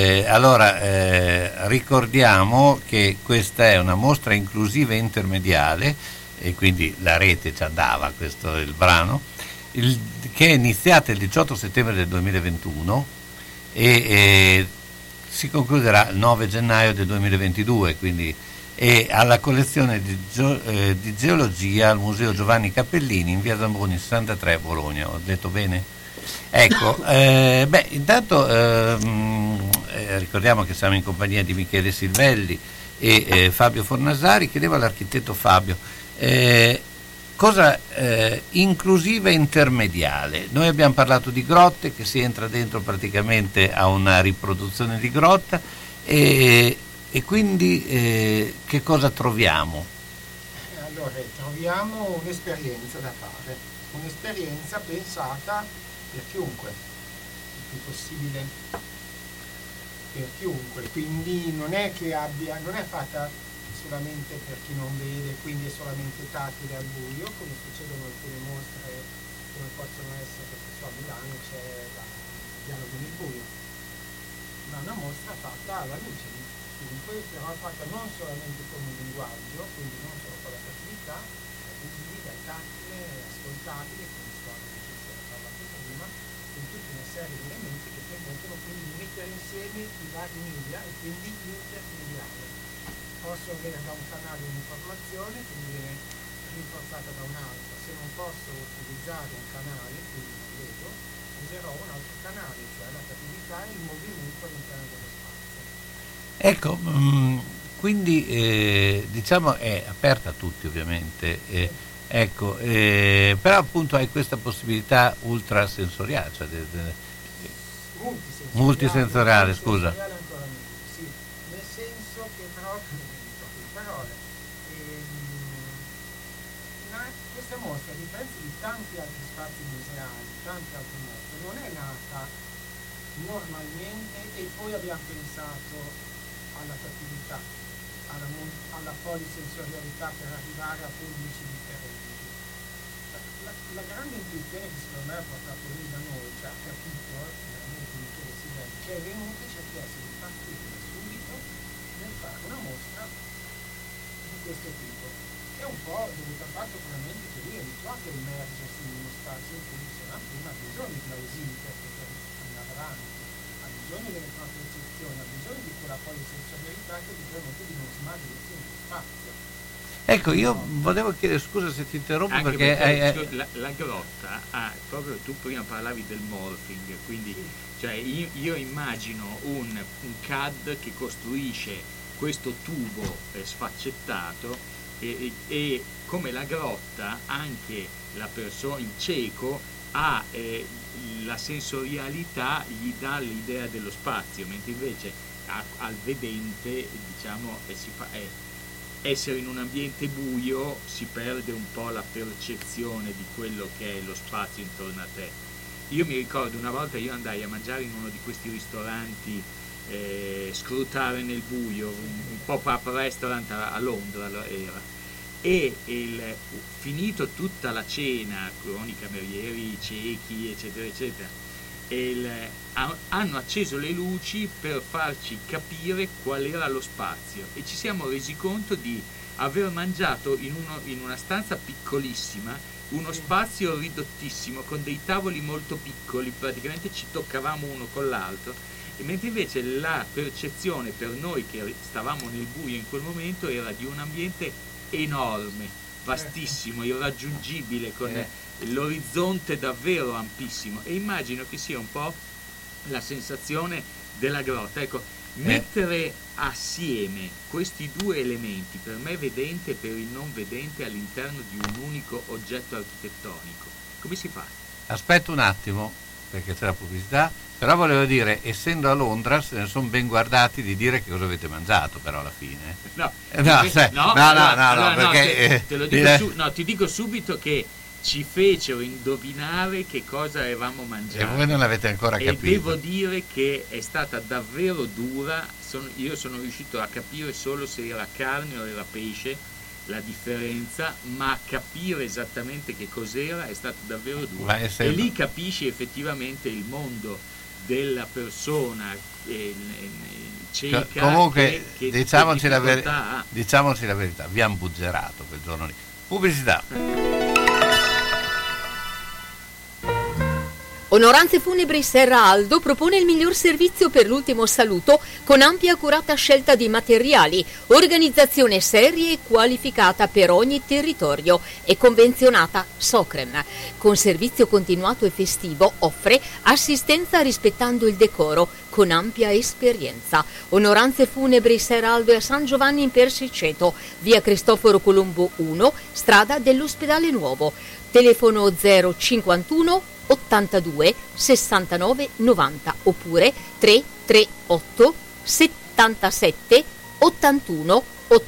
ricordiamo che questa è una mostra inclusiva e intermediale, e quindi la rete ci andava, questo è il brano, che è iniziata il 18 settembre del 2021 e si concluderà il 9 gennaio del 2022, quindi è alla collezione di geologia al Museo Giovanni Cappellini in via Zamboni 63 Bologna. Ho detto bene? Ecco, intanto ricordiamo che siamo in compagnia di Michele Silvelli e Fabio Fornasari. Chiedevo all'architetto Fabio cosa inclusiva e intermediale. Noi abbiamo parlato di grotte, che si entra dentro praticamente a una riproduzione di grotta, e quindi che cosa troviamo? Allora, troviamo un'esperienza da fare, un'esperienza pensata per chiunque, il più possibile per chiunque, quindi non è fatta solamente per chi non vede, quindi è solamente tattile al buio, come succedono alcune mostre come possono essere, perché so, a Milano c'è la Dialogo nel buio, ma una mostra fatta alla luce di chiunque, però fatta non solamente con un linguaggio, quindi non solo con la creatività, ma visibile, tattile, ascoltabile, come con tutta una serie di elementi che permettono quindi di mettere insieme i vari media e quindi l'intermediale. Posso avere da un canale un'informazione che mi viene rinforzata da un altro. Se non posso utilizzare un canale, quindi non vedo, userò un altro canale, cioè la creatività e il movimento all'interno dello spazio. Ecco, quindi diciamo è aperta a tutti ovviamente. Ecco, però appunto hai questa possibilità ultrasensoriale, cioè multisensoriale, scusa. Sì, nel senso che questa mostra, a differenza di tanti altri spazi museali, tante altre mostre, non è nata normalmente e poi abbiamo pensato alla creatività, alla polisensorialità per arrivare a pubblici differenti. La grande intuizione che secondo me ha portato lui da noi, cioè ha capito veramente Michele Silvelli, che è venuto e ci ha chiesto di partire da subito nel fare una mostra di questo tipo. È un po' dovuto al fatto probabilmente che lui è abituato a immergersi in uno spazio in cui diceva prima ha bisogno di plausibile per andare avanti, ha bisogno delle proprie eccezioni, ha bisogno di quella polisensorialità che gli permette di non smarrirsi nello spazio. Ecco, io volevo chiedere scusa se ti interrompo, anche perché la grotta ha, proprio tu prima parlavi del morphing, quindi cioè io immagino un CAD che costruisce questo tubo sfaccettato e come la grotta anche la persona, il cieco, ha la sensorialità, gli dà l'idea dello spazio, mentre invece al vedente, diciamo, essere in un ambiente buio si perde un po' la percezione di quello che è lo spazio intorno a te. Io mi ricordo una volta io andai a mangiare in uno di questi ristoranti, scrutare nel buio, un pop-up restaurant a Londra era, e finito tutta la cena con i camerieri ciechi eccetera eccetera, hanno acceso le luci per farci capire qual era lo spazio e ci siamo resi conto di aver mangiato in una stanza piccolissima, uno spazio ridottissimo con dei tavoli molto piccoli, praticamente ci toccavamo uno con l'altro, e mentre invece la percezione per noi che stavamo nel buio in quel momento era di un ambiente enorme, vastissimo, irraggiungibile, con l'orizzonte davvero ampissimo, e immagino che sia un po' la sensazione della grotta. Ecco, mettere assieme questi due elementi, per me vedente e per il non vedente, all'interno di un unico oggetto architettonico, come si fa? Aspetta un attimo, perché c'è la pubblicità, però volevo dire, essendo a Londra se ne sono ben guardati di dire che cosa avete mangiato però alla fine. No, perché te lo dico ti dico subito che ci fecero indovinare che cosa avevamo mangiato. E voi non l'avete ancora capito. E devo dire che è stata davvero dura. Io sono riuscito a capire solo se era carne o era pesce, la differenza, ma capire esattamente che cos'era è stato davvero duro. E lì capisci effettivamente il mondo della persona cieca. Comunque, che diciamoci la verità, vi hanno buggerato quel giorno lì. Pubblicità. Onoranze Funebri Serra Aldo propone il miglior servizio per l'ultimo saluto con ampia e accurata scelta di materiali, organizzazione seria e qualificata per ogni territorio e convenzionata Socrem. Con servizio continuato e festivo offre assistenza rispettando il decoro con ampia esperienza. Onoranze Funebri Serra Aldo a San Giovanni in Persiceto, via Cristoforo Colombo 1, strada dell'Ospedale Nuovo. Telefono 051 82 69 90 oppure 338 77 81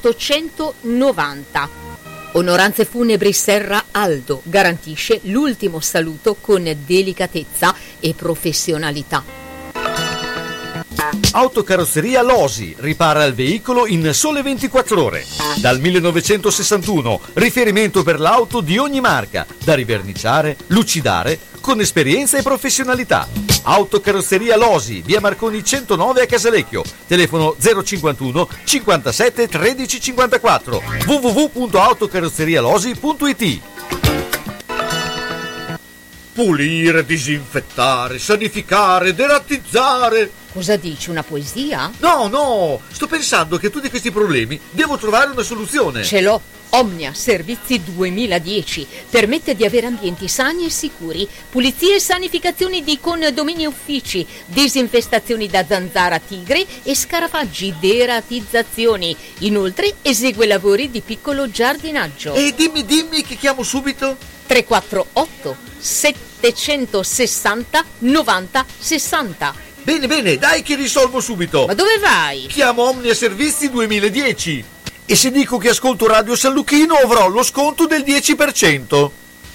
890. Onoranze Funebri Serra Aldo garantisce l'ultimo saluto con delicatezza e professionalità. Autocarrozzeria Losi ripara il veicolo in sole 24 ore. Dal 1961, riferimento per l'auto di ogni marca, da riverniciare, lucidare, con esperienza e professionalità. Autocarrozzeria Losi, via Marconi 109 a Casalecchio. Telefono 051 57 13 54. www.autocarrozzerialosi.it. Pulire, disinfettare, sanificare, derattizzare. Cosa dici, una poesia? No, sto pensando che a tutti questi problemi devo trovare una soluzione. Ce l'ho. Omnia Servizi 2010 permette di avere ambienti sani e sicuri, pulizie e sanificazioni di condomini e uffici, disinfestazioni da zanzara tigre e scarafaggi, deratizzazioni. Inoltre esegue lavori di piccolo giardinaggio. E dimmi che chiamo subito. 348 760 90 60. Bene, dai che risolvo subito. Ma dove vai? Chiamo Omnia Servizi 2010. E se dico che ascolto Radio San Luchino avrò lo sconto del 10%.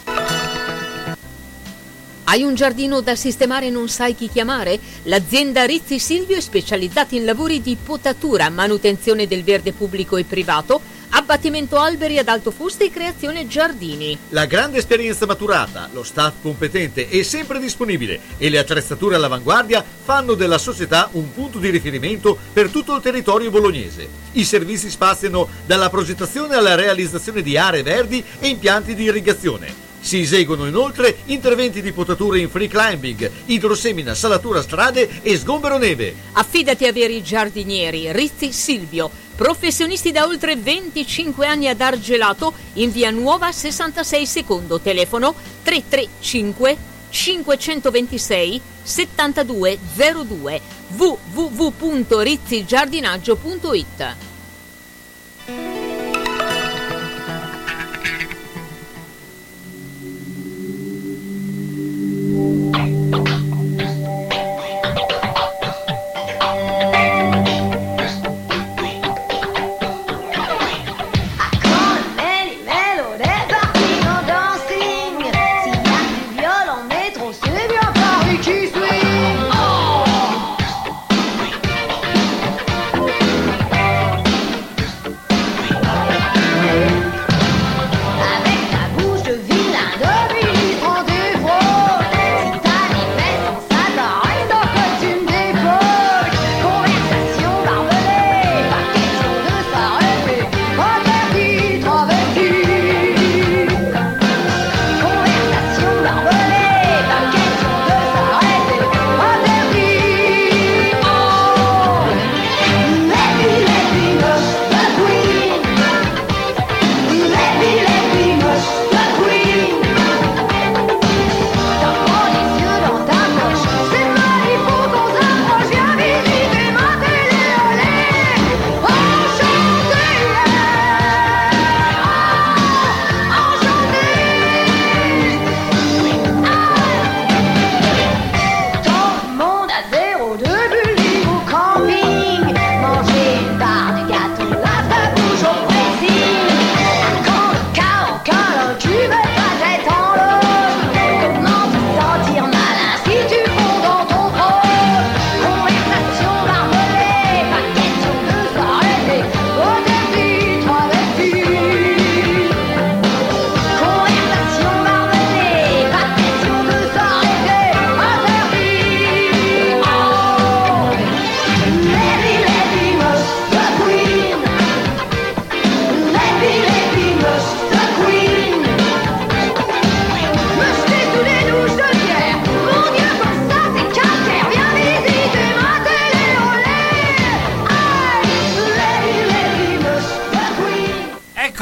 Hai un giardino da sistemare e non sai chi chiamare? L'azienda Rizzi Silvio è specializzata in lavori di potatura, manutenzione del verde pubblico e privato, abbattimento alberi ad alto fusto e creazione giardini. La grande esperienza maturata, lo staff competente e sempre disponibile e le attrezzature all'avanguardia fanno della società un punto di riferimento per tutto il territorio bolognese. I servizi spaziano dalla progettazione alla realizzazione di aree verdi e impianti di irrigazione. Si eseguono inoltre interventi di potatura in free climbing, idrosemina, salatura strade e sgombero neve. Affidati a veri giardinieri, Rizzi Silvio, professionisti da oltre 25 anni ad Argelato, in via Nuova 66 secondo, telefono 335 526 7202 www.rizzigiardinaggio.it.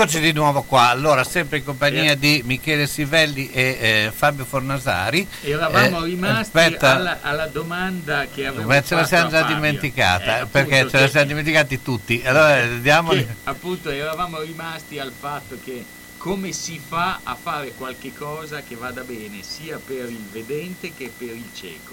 Eccoci di nuovo qua, allora sempre in compagnia di Michele Sivelli e Fabio Fornasari. Eravamo rimasti alla domanda che avevo fatto. Ce la siamo già dimenticata, perché ce la siamo dimenticati tutti. Allora diamoli. Appunto eravamo rimasti al fatto che come si fa a fare qualche cosa che vada bene sia per il vedente che per il cieco.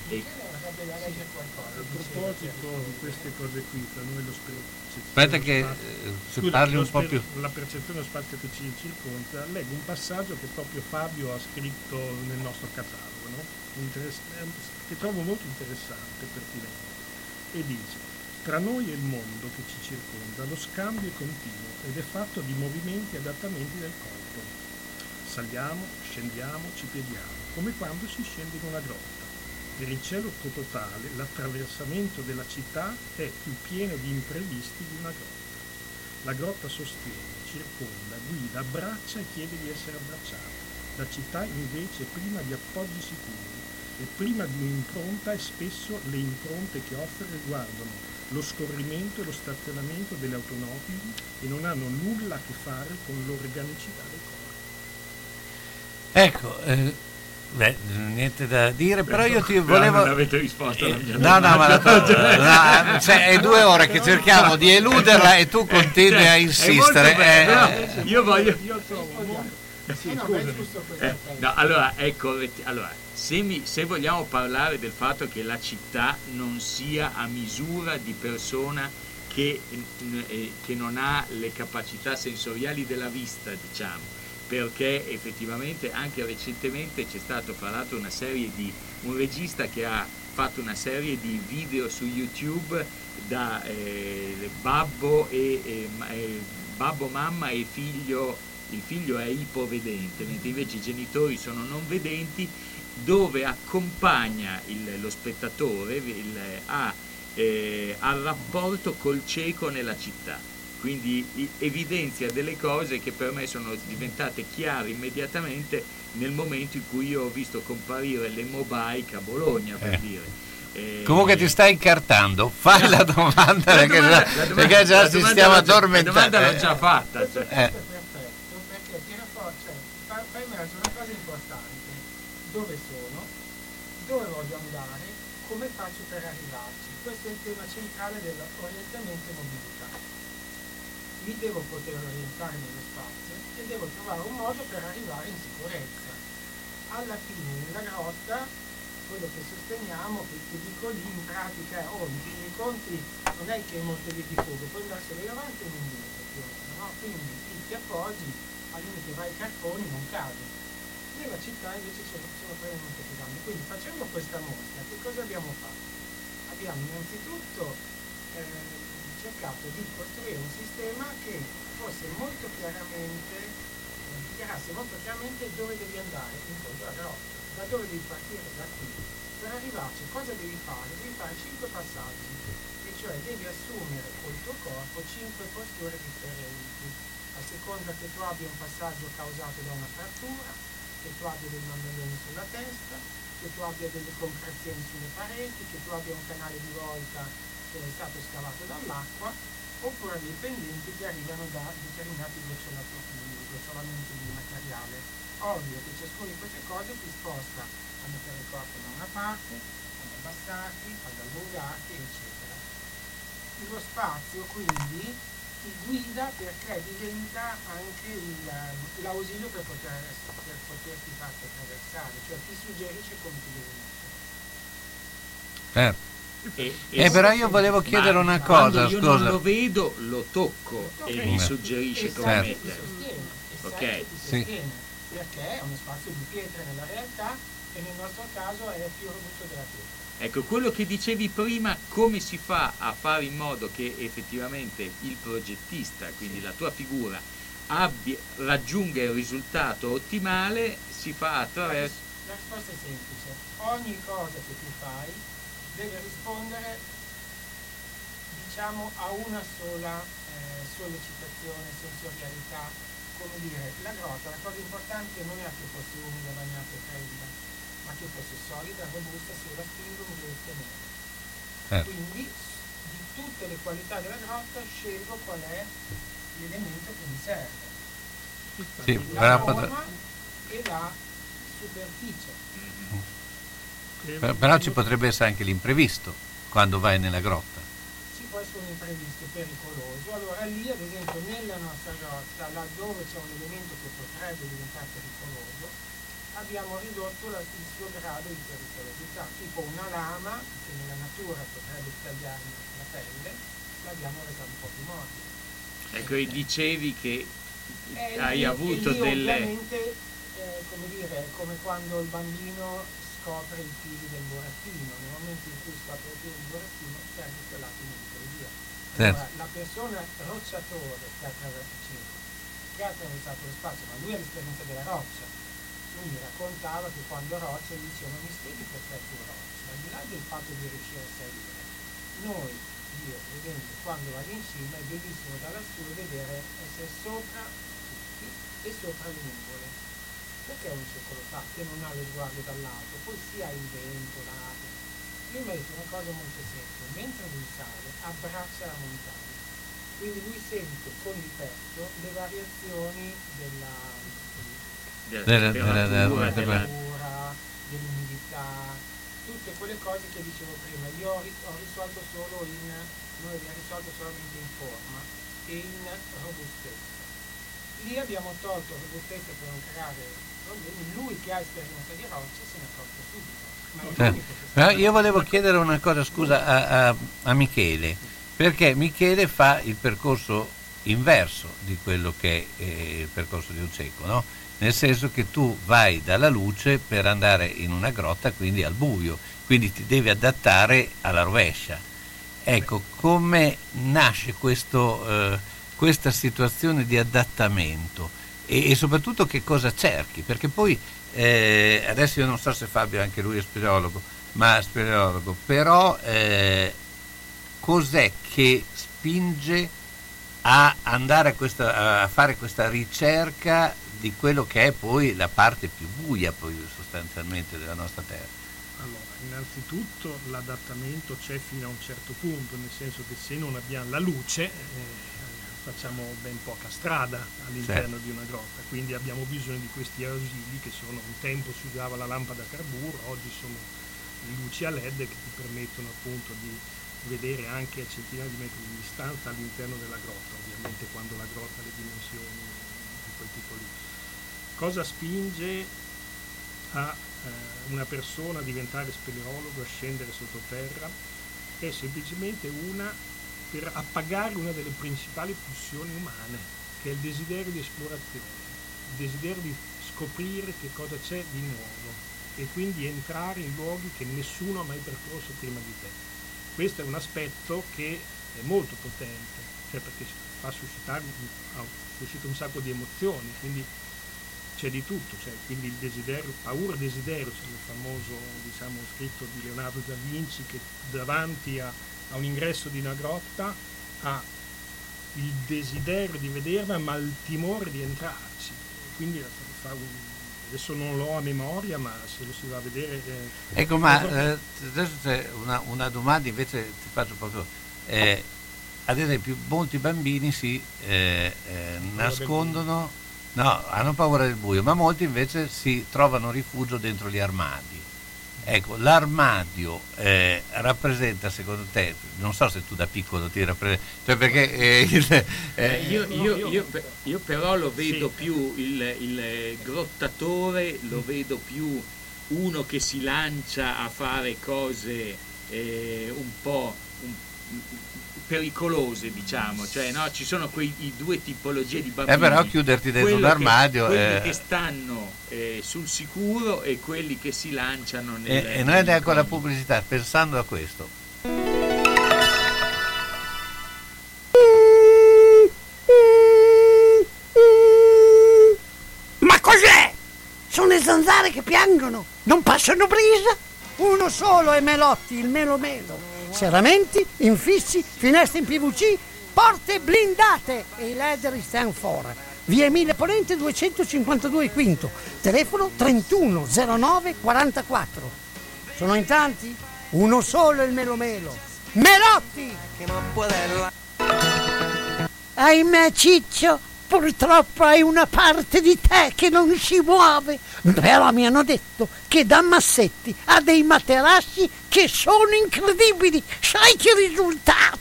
A proposito di queste cose qui, tra noi aspetta che parli un po' più. La percezione dello spazio che ci circonda, leggo un passaggio che proprio Fabio ha scritto nel nostro catalogo, no? Che trovo molto interessante e pertinente, e dice: tra noi e il mondo che ci circonda lo scambio è continuo ed è fatto di movimenti e adattamenti del corpo. Saliamo, scendiamo, ci pieghiamo, come quando si scende in una grotta. Per il cielo totale l'attraversamento della città è più pieno di imprevisti di una grotta. La grotta sostiene, circonda, guida, abbraccia e chiede di essere abbracciata. La città invece è prima di appoggi sicuri e prima di un'impronta, e spesso le impronte che offre riguardano lo scorrimento e lo stazionamento delle automobili e non hanno nulla a che fare con l'organicità del corpo. Ecco, niente da dire, però io ti volevo. Non avete risposto alla mia domanda. È 2 ore che cerchiamo di eluderla e tu continui a insistere. Io voglio. Allora, se vogliamo parlare del fatto che la città non sia a misura di persona che non ha le capacità sensoriali della vista, diciamo, perché effettivamente anche recentemente c'è stato parlato un regista che ha fatto una serie di video su YouTube da babbo, mamma e figlio. Il figlio è ipovedente, mentre invece i genitori sono non vedenti, dove accompagna lo spettatore al rapporto col cieco nella città. Quindi evidenzia delle cose che per me sono diventate chiare immediatamente nel momento in cui io ho visto comparire le Mobike a Bologna, per dire. Comunque ti stai incartando, fai la domanda, perché già ci stiamo addormentando. La domanda l'ho già fatta. Perfetto, perché tira fuori, fai emergere una cosa importante: dove sono, dove voglio andare, come faccio per arrivarci. Questo è il tema centrale dell'orientamento e mobilità. Mi devo poter orientare nello spazio e devo trovare un modo per arrivare in sicurezza. Alla fine, nella grotta, quello che sosteniamo, che dico lì in pratica è, in fin dei conti non è che molte vie di fuoco, puoi andare solo avanti e non indietro più o meno, no? Quindi ti appoggi, al limite vai ai carponi, non cadi. Nella città invece sono praticamente più grandi. Quindi facendo questa mostra, che cosa abbiamo fatto? Abbiamo innanzitutto cercato di costruire un sistema che fosse molto chiaramente, dichiarasse molto chiaramente dove devi andare incontro alla grotta, da dove devi partire da qui. Per arrivarci cosa devi fare? Devi fare 5 passaggi, e cioè devi assumere col tuo corpo 5 posture differenti, a seconda che tu abbia un passaggio causato da una frattura, che tu abbia dei mammelloni sulla testa, che tu abbia delle compressioni sulle pareti, che tu abbia un canale di volta che è stato scavato dall'acqua, oppure dei pendenti che arrivano da determinati gocciolamenti di materiale. Ovvio che ciascuna di queste cose ti sposta a mettere il corpo da una parte, ad abbassarti, ad allungarti, eccetera. Lo spazio quindi ti guida perché diventa anche l'ausilio per poterti farti attraversare, cioè ti suggerisce come ti devi mettere. Però io volevo chiedere una cosa, io non lo vedo, lo tocco e mi suggerisce come mettere. Ok? Perché è uno spazio di pietra nella realtà e nel nostro caso è più robusto della pietra. Ecco, quello che dicevi prima, come si fa a fare in modo che effettivamente il progettista, quindi la tua figura, raggiunga il risultato ottimale, si fa attraverso... La risposta è semplice: ogni cosa che tu fai deve rispondere, diciamo, a una sola sollecitazione, sensorialità. Come dire, la grotta, la cosa importante non è che fosse umida, bagnata e fredda, ma che fosse solida, robusta, se la spingo mi deve tenere. Quindi di tutte le qualità della grotta scelgo qual è l'elemento che mi serve. Sì, La però forma e la superficie. però ci potrebbe essere anche l'imprevisto quando vai nella grotta. Ci può essere un imprevisto pericoloso. Allora lì, ad esempio, nella nostra grotta, laddove c'è un elemento che potrebbe diventare pericoloso, abbiamo ridotto il suo grado di pericolosità, tipo una lama che nella natura potrebbe tagliare la pelle, l'abbiamo resa un po' più morbida. Ecco, e dicevi che hai lì, avuto lì, delle... Ovviamente, come dire, è come quando il bambino scopre i fili del burattino. Nel momento in cui scopre i fili del burattino, perde quel attimo di poesia. Allora, la persona rocciatore che ha attraversato lo spazio, ma lui ha l'esperienza della roccia. Lui mi raccontava che quando roccia gli dicevano: mi spieghi perché tu roccia, al di là del fatto di riuscire a salire, io vedendo quando vado in cima è bellissimo da lassù vedere essere sopra tutti e sopra le nuvole, perché è un circolo fatto che non ha lo sguardo dall'alto, poi si ha il vento, l'aria. Lui mi ha detto una cosa molto semplice: mentre lui sale abbraccia la montagna, quindi lui sente con il petto le variazioni della temperatura, dell'umidità, tutte quelle cose che dicevo prima. Io ho risolto noi abbiamo risolto solamente in forma e in robustezza. Lì abbiamo tolto robustezza per non creare problemi. Lui che ha esperienza di roccia se ne è accorto subito. Però io volevo chiedere una cosa, scusa, a Michele, perché Michele fa il percorso inverso di quello che è il percorso di un cieco, no? Nel senso che tu vai dalla luce per andare in una grotta, quindi al buio, quindi ti devi adattare alla rovescia. Ecco, come nasce questa situazione di adattamento e soprattutto che cosa cerchi? Perché poi adesso io non so se Fabio anche lui è speleologo, però cos'è che spinge a andare a fare questa ricerca di quello che è poi la parte più buia poi sostanzialmente della nostra terra? Allora, innanzitutto l'adattamento c'è fino a un certo punto, nel senso che se non abbiamo la luce facciamo ben poca strada all'interno di una grotta, quindi abbiamo bisogno di questi ausili che sono, un tempo si usava la lampada a carburo, oggi sono le luci a LED che ti permettono appunto di vedere anche a centinaia di metri di distanza all'interno della grotta, ovviamente quando la grotta ha le dimensioni di quel tipo lì. Cosa spinge a una persona a diventare speleologo, a scendere sottoterra? È semplicemente per appagare una delle principali pulsioni umane, che è il desiderio di esplorazione, il desiderio di scoprire che cosa c'è di nuovo e quindi entrare in luoghi che nessuno ha mai percorso prima di te. Questo è un aspetto che è molto potente, cioè perché suscita un sacco di emozioni, quindi c'è di tutto, cioè, quindi il desiderio, paura desiderio, c'è il famoso scritto di Leonardo da Vinci che davanti a un ingresso di una grotta ha il desiderio di vederla ma il timore di entrarci, quindi adesso non l'ho a memoria, ma se lo si va a vedere ecco, ma adesso c'è una domanda invece ti faccio proprio ad esempio molti bambini si nascondono, hanno paura del buio, ma molti invece si trovano rifugio dentro gli armadi. Ecco, l'armadio rappresenta secondo te, non so se tu da piccolo ti rappresenti, cioè perché io però lo vedo più il grottatore, lo vedo più uno che si lancia a fare cose un po' pericolose, diciamo, cioè no, ci sono i due tipologie di bambini, però chiuderti dentro un armadio, quelli che stanno sul sicuro e quelli che si lanciano e noi andiamo con la pubblicità pensando a questo. Ma cos'è? Sono le zanzare che piangono, non passano brisa? Uno solo è Melotti, il Melo Melo. Serramenti, infissi, finestre in PVC, porte blindate e i LED stand for. Via Emile Ponente 252 Quinto, telefono 31 09 44. Sono in tanti? Uno solo è il Melo Melo. Melotti! Ahimè, Ciccio, purtroppo hai una parte di te che non si muove. Però mi hanno detto che da Massetti ha dei materassi che sono incredibili. Sai che risultati?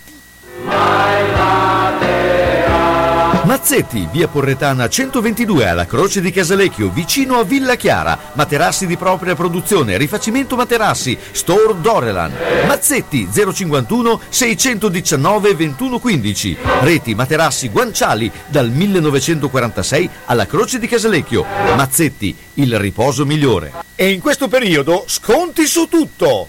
Mazzetti, via Porretana 122 alla Croce di Casalecchio, vicino a Villa Chiara. Materassi di propria produzione, rifacimento materassi, Store Dorelan. Mazzetti 051 619 2115. Reti materassi guanciali dal 1946 alla Croce di Casalecchio. Mazzetti, il riposo migliore. E in questo periodo sconti su tutto!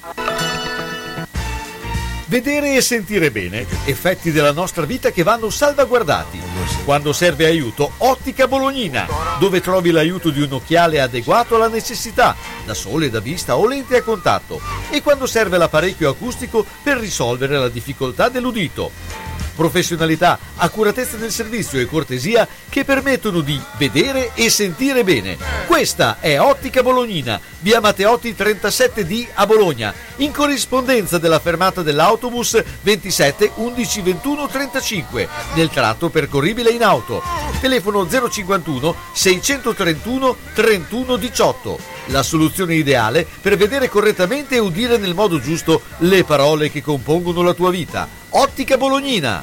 Vedere e sentire bene, effetti della nostra vita che vanno salvaguardati. Quando serve aiuto, Ottica Bolognina, dove trovi l'aiuto di un occhiale adeguato alla necessità, da sole, da vista o lente a contatto, e quando serve l'apparecchio acustico per risolvere la difficoltà dell'udito. Professionalità, accuratezza del servizio e cortesia che permettono di vedere e sentire bene. Questa è Ottica Bolognina, via Matteotti 37D a Bologna, in corrispondenza della fermata dell'autobus 27 11 21 35, nel tratto percorribile in auto. Telefono 051 631 31 18. La soluzione ideale per vedere correttamente e udire nel modo giusto le parole che compongono la tua vita. Ottica Bolognina.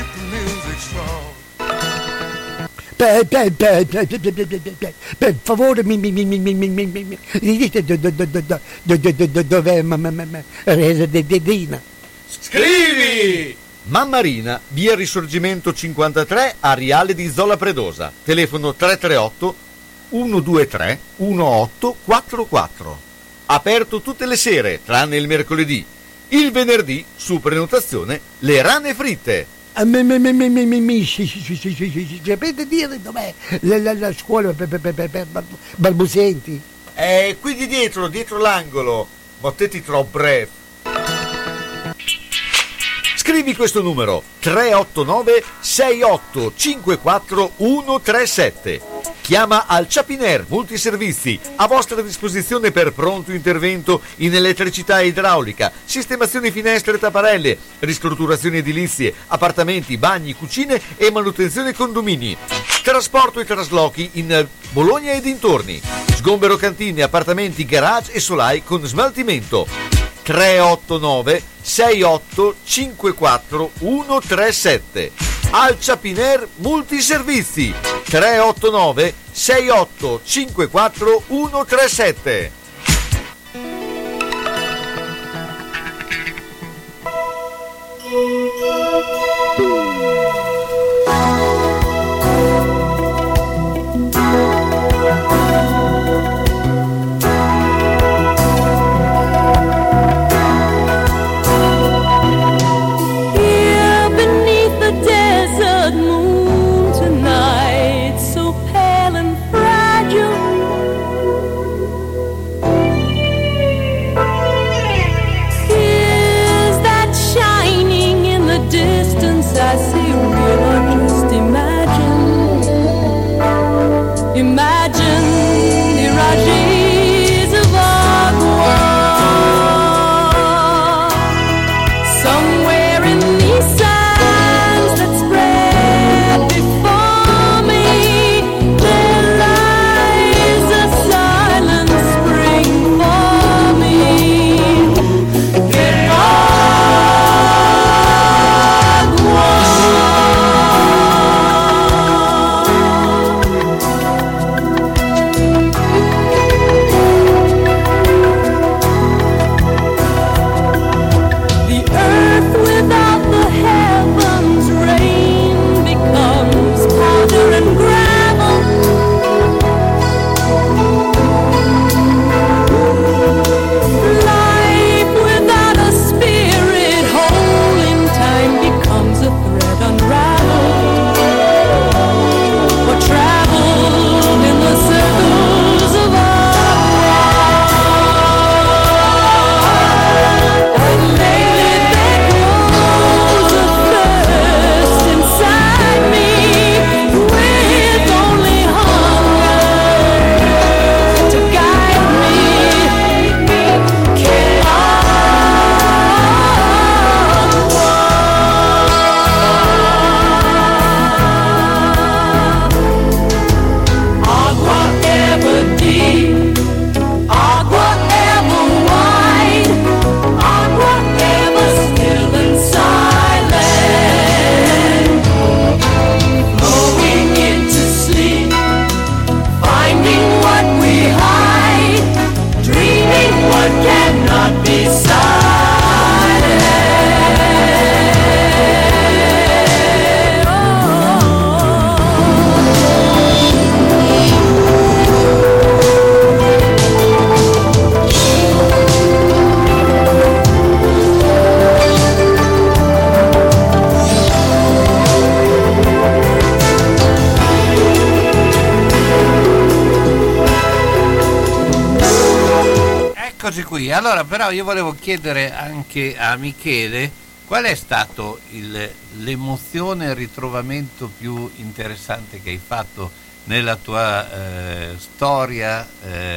Per favore, mi dite dov'è Dedina? Scrivi! Mammarina, via Risorgimento 53 a Riale di Zola Predosa. Telefono 338 123 1844. Aperto tutte le sere, tranne il mercoledì. Il venerdì, su prenotazione, le rane fritte. Sapete dire dov'è la scuola per balbuzienti? Qui di dietro l'angolo. Mottetti troppo breve. Scrivi questo numero: 389 6854 137. Chiama al Chapiner Multiservizi, a vostra disposizione per pronto intervento in elettricità e idraulica, sistemazioni finestre e tapparelle, ristrutturazioni edilizie, appartamenti, bagni, cucine e manutenzione condomini. Trasporto e traslochi in Bologna e dintorni. Sgombero cantine, appartamenti, garage e solai con smaltimento. 389 6854 137. Al Chapiner Multiservizi 389 6854 137. Eccoci qui. Allora, però io volevo chiedere anche a Michele qual è stato l'emozione e il ritrovamento più interessante che hai fatto nella tua storia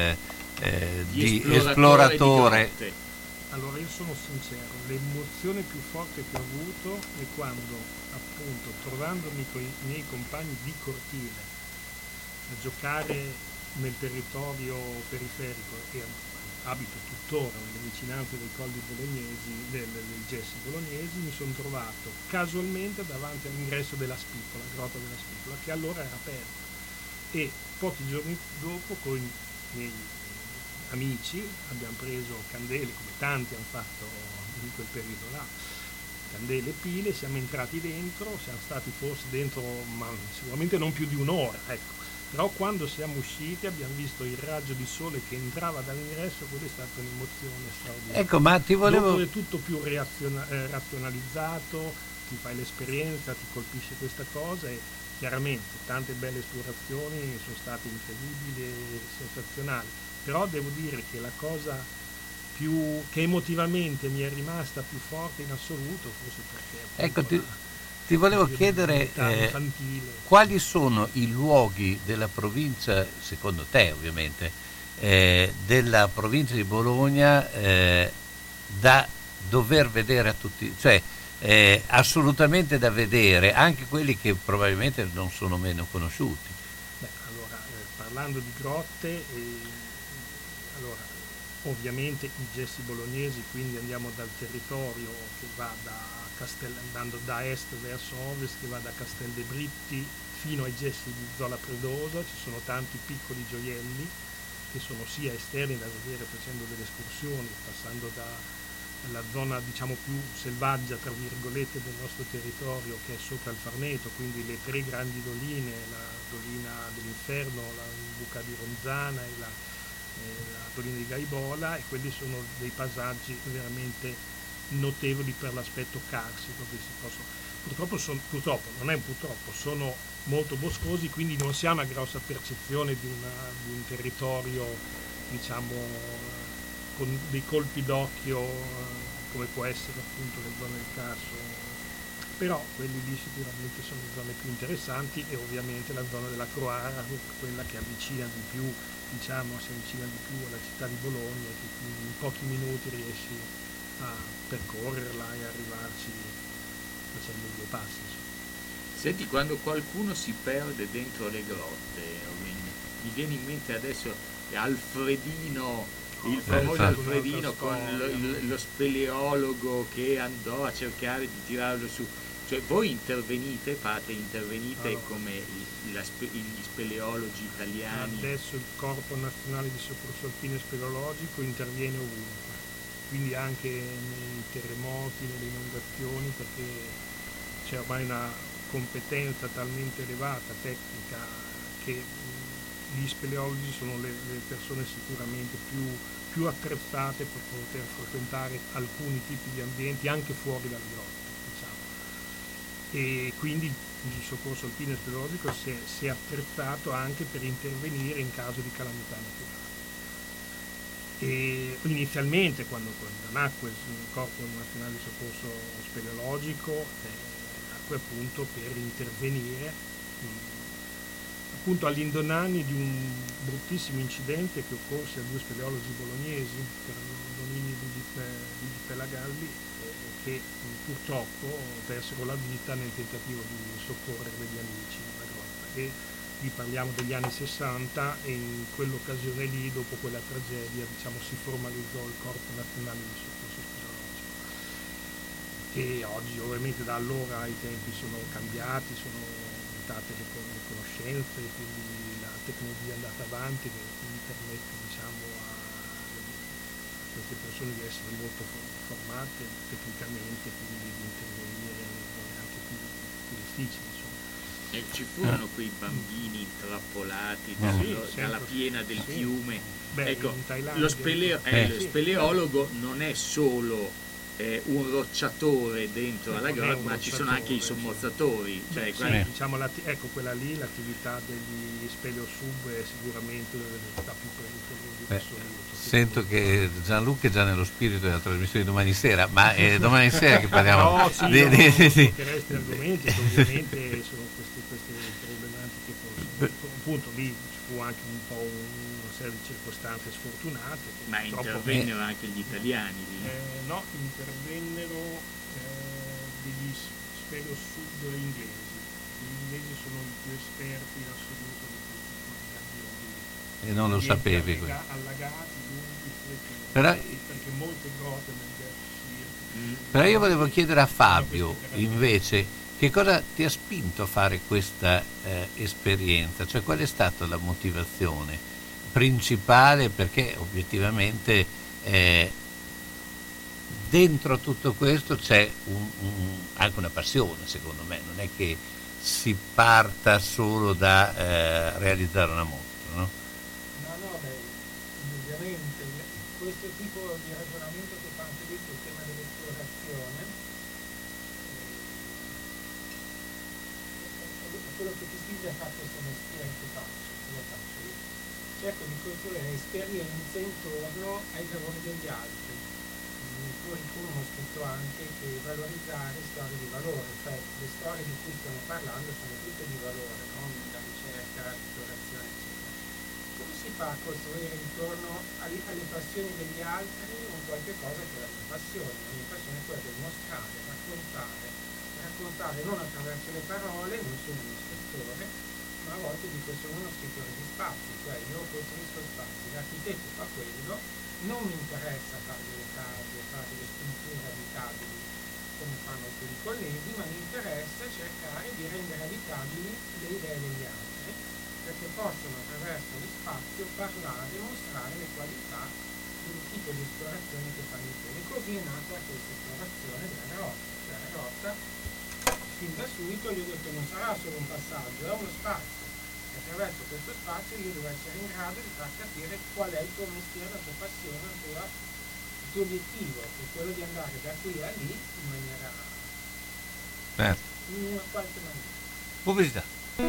di esploratore. Allora, io sono sincero, l'emozione più forte che ho avuto è quando, appunto, trovandomi con i miei compagni di cortile a giocare nel territorio periferico, e abito tuttora nelle vicinanze dei colli bolognesi, dei gessi bolognesi, mi sono trovato casualmente davanti all'ingresso della Spicola, grotta della Spicola, che allora era aperta, e pochi giorni dopo con i miei amici abbiamo preso candele, come tanti hanno fatto in quel periodo là, candele e pile, siamo entrati dentro, siamo stati forse dentro, ma sicuramente non più di un'ora, ecco. Però quando siamo usciti abbiamo visto il raggio di sole che entrava dall'ingresso, quella è stata un'emozione straordinaria. Ecco, ma ti volevo... Dopo è tutto più razionalizzato, ti fai l'esperienza, ti colpisce questa cosa, e chiaramente tante belle esplorazioni sono state incredibili e sensazionali, però devo dire che la cosa che emotivamente mi è rimasta più forte in assoluto, forse perché... Ecco, ti volevo chiedere quali sono i luoghi della provincia, secondo te ovviamente, della provincia di Bologna da dover vedere a tutti, cioè assolutamente da vedere, anche quelli che probabilmente non sono meno conosciuti. Beh, allora, parlando di grotte, allora, ovviamente i gessi bolognesi, quindi andiamo dal territorio che va andando da est verso ovest, che va da Castel de Britti fino ai gessi di Zola Predosa. Ci sono tanti piccoli gioielli che sono sia esterni da vedere facendo delle escursioni, passando dalla zona diciamo più selvaggia tra virgolette del nostro territorio, che è sopra il Farneto, quindi le tre grandi doline, la dolina dell'Inferno, la buca di Ronzana e la dolina di Gaibola, e quelli sono dei paesaggi veramente notevoli per l'aspetto carsico che si possono, purtroppo sono molto boscosi, quindi non si ha una grossa percezione di un territorio diciamo con dei colpi d'occhio come può essere appunto le zone del Carso, però quelli lì sicuramente sono le zone più interessanti, e ovviamente la zona della Croara, quella che avvicina di più, diciamo, si avvicina di più alla città di Bologna, che quindi in pochi minuti riesci a percorrerla e arrivarci facendo due passi. Senti, quando qualcuno si perde dentro le grotte, mi viene in mente adesso Alfredino, il famoso Alfredino con lo speleologo che andò a cercare di tirarlo su. Cioè voi fate intervenite come gli speleologi italiani? Adesso il Corpo Nazionale di Soccorso Alpino e Speleologico interviene ovunque, quindi anche nei terremoti, nelle inondazioni, perché c'è ormai una competenza talmente elevata, tecnica, che gli speleologi sono le persone sicuramente più attrezzate per poter frequentare alcuni tipi di ambienti anche fuori dalle grotte, diciamo. E quindi il soccorso alpino e speleologico si è attrezzato anche per intervenire in caso di calamità naturali. E inizialmente quando nacque il Corpo Nazionale di Soccorso Speleologico nacque appunto per intervenire appunto all'indomani di un bruttissimo incidente che occorse a due speleologi bolognesi, che erano Donini di Pelagalli, che purtroppo persero la vita nel tentativo di soccorrere degli amici nella grotta. E lì parliamo degli anni 60, e in quell'occasione lì, dopo quella tragedia, diciamo, si formalizzò il Corpo Nazionale di Soccorso Speleologico. E oggi ovviamente da allora i tempi sono cambiati, sono aumentate le conoscenze, quindi la tecnologia è andata avanti, che quindi permette, diciamo, a queste persone di essere molto formate tecnicamente, quindi di intervenire in zone anche più difficili. E ci furono quei bambini intrappolati dalla piena del fiume. Beh, ecco, Thailandia, lo speleologo non è solo un rocciatore dentro alla grotta, ma ci sono anche i sommozzatori. Cioè, diciamo, ecco, quella lì, l'attività degli speleosub è sicuramente una delle attività più pericolose in assoluto. Sento che Gianluca è già nello spirito della trasmissione di domani sera, ma è domani sera che parliamo no, sì, di argomenti che ovviamente sono queste problematiche appunto lì ci fu anche un po' una serie di circostanze sfortunate che ma intervennero anche gli italiani lì? No, intervennero degli spero sud inglesi. Gli inglesi sono i più esperti in assoluto di tutti e non lo sapevi allagati però, perché molte grotte però io volevo chiedere a Fabio invece che cosa ti ha spinto a fare questa esperienza, cioè qual è stata la motivazione principale, perché obiettivamente dentro tutto questo c'è anche una passione, secondo me, non è che si parta solo da realizzare una moto, no? Ovviamente questo tipo di ragionamento che fa anche lui sul tema dell'esplorazione è quello che ti spinge a fare questo mestiere che faccio io. Cerco di costruire esperienze intorno ai lavori degli altri. Nel curriculum ho scritto anche che valorizzare storie di valore, cioè le storie di cui stiamo parlando sono tutte di valore, non la ricerca, l'esplorazione, eccetera. Come si fa a costruire intorno alle passioni degli altri un qualche cosa che è la mia passione? La mia passione è quella del mostrare, raccontare non attraverso le parole, non sono uno scrittore, ma a volte dico sono uno scrittore di spazi, cioè io costruisco spazi, l'architetto fa quello, non mi interessa fare delle case, fare delle strutture abitabili come fanno alcuni colleghi, ma mi interessa cercare di rendere abitabili le idee degli altri, perché possono attraverso lo spazio parlare e mostrare le qualità del tipo di esplorazione che fanno i e così è nata questa esplorazione della grotta, cioè la grotta fin da subito gli ho detto non sarà solo un passaggio, è uno spazio. Attraverso questo spazio io devo essere in grado di far capire qual è il tuo mestiere, la tua passione, il tuo obiettivo, che è quello di andare da qui a lì in maniera in una qualche maniera. Pubblicità.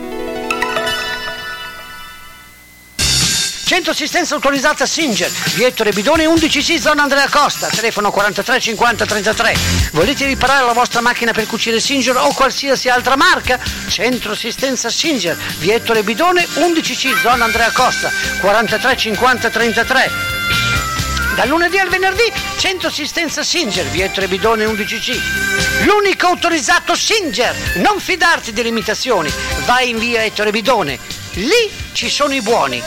Centro assistenza autorizzata Singer, via Ettore Bidone 11C, zona Andrea Costa, telefono 43 50 33. Volete riparare la vostra macchina per cucire Singer o qualsiasi altra marca? Centro assistenza Singer, via Ettore Bidone 11C, zona Andrea Costa, 43 50 33. Dal lunedì al venerdì, centro assistenza Singer, via Ettore Bidone 11C. L'unico autorizzato Singer, non fidarti delle imitazioni, vai in via Ettore Bidone, lì ci sono i buoni.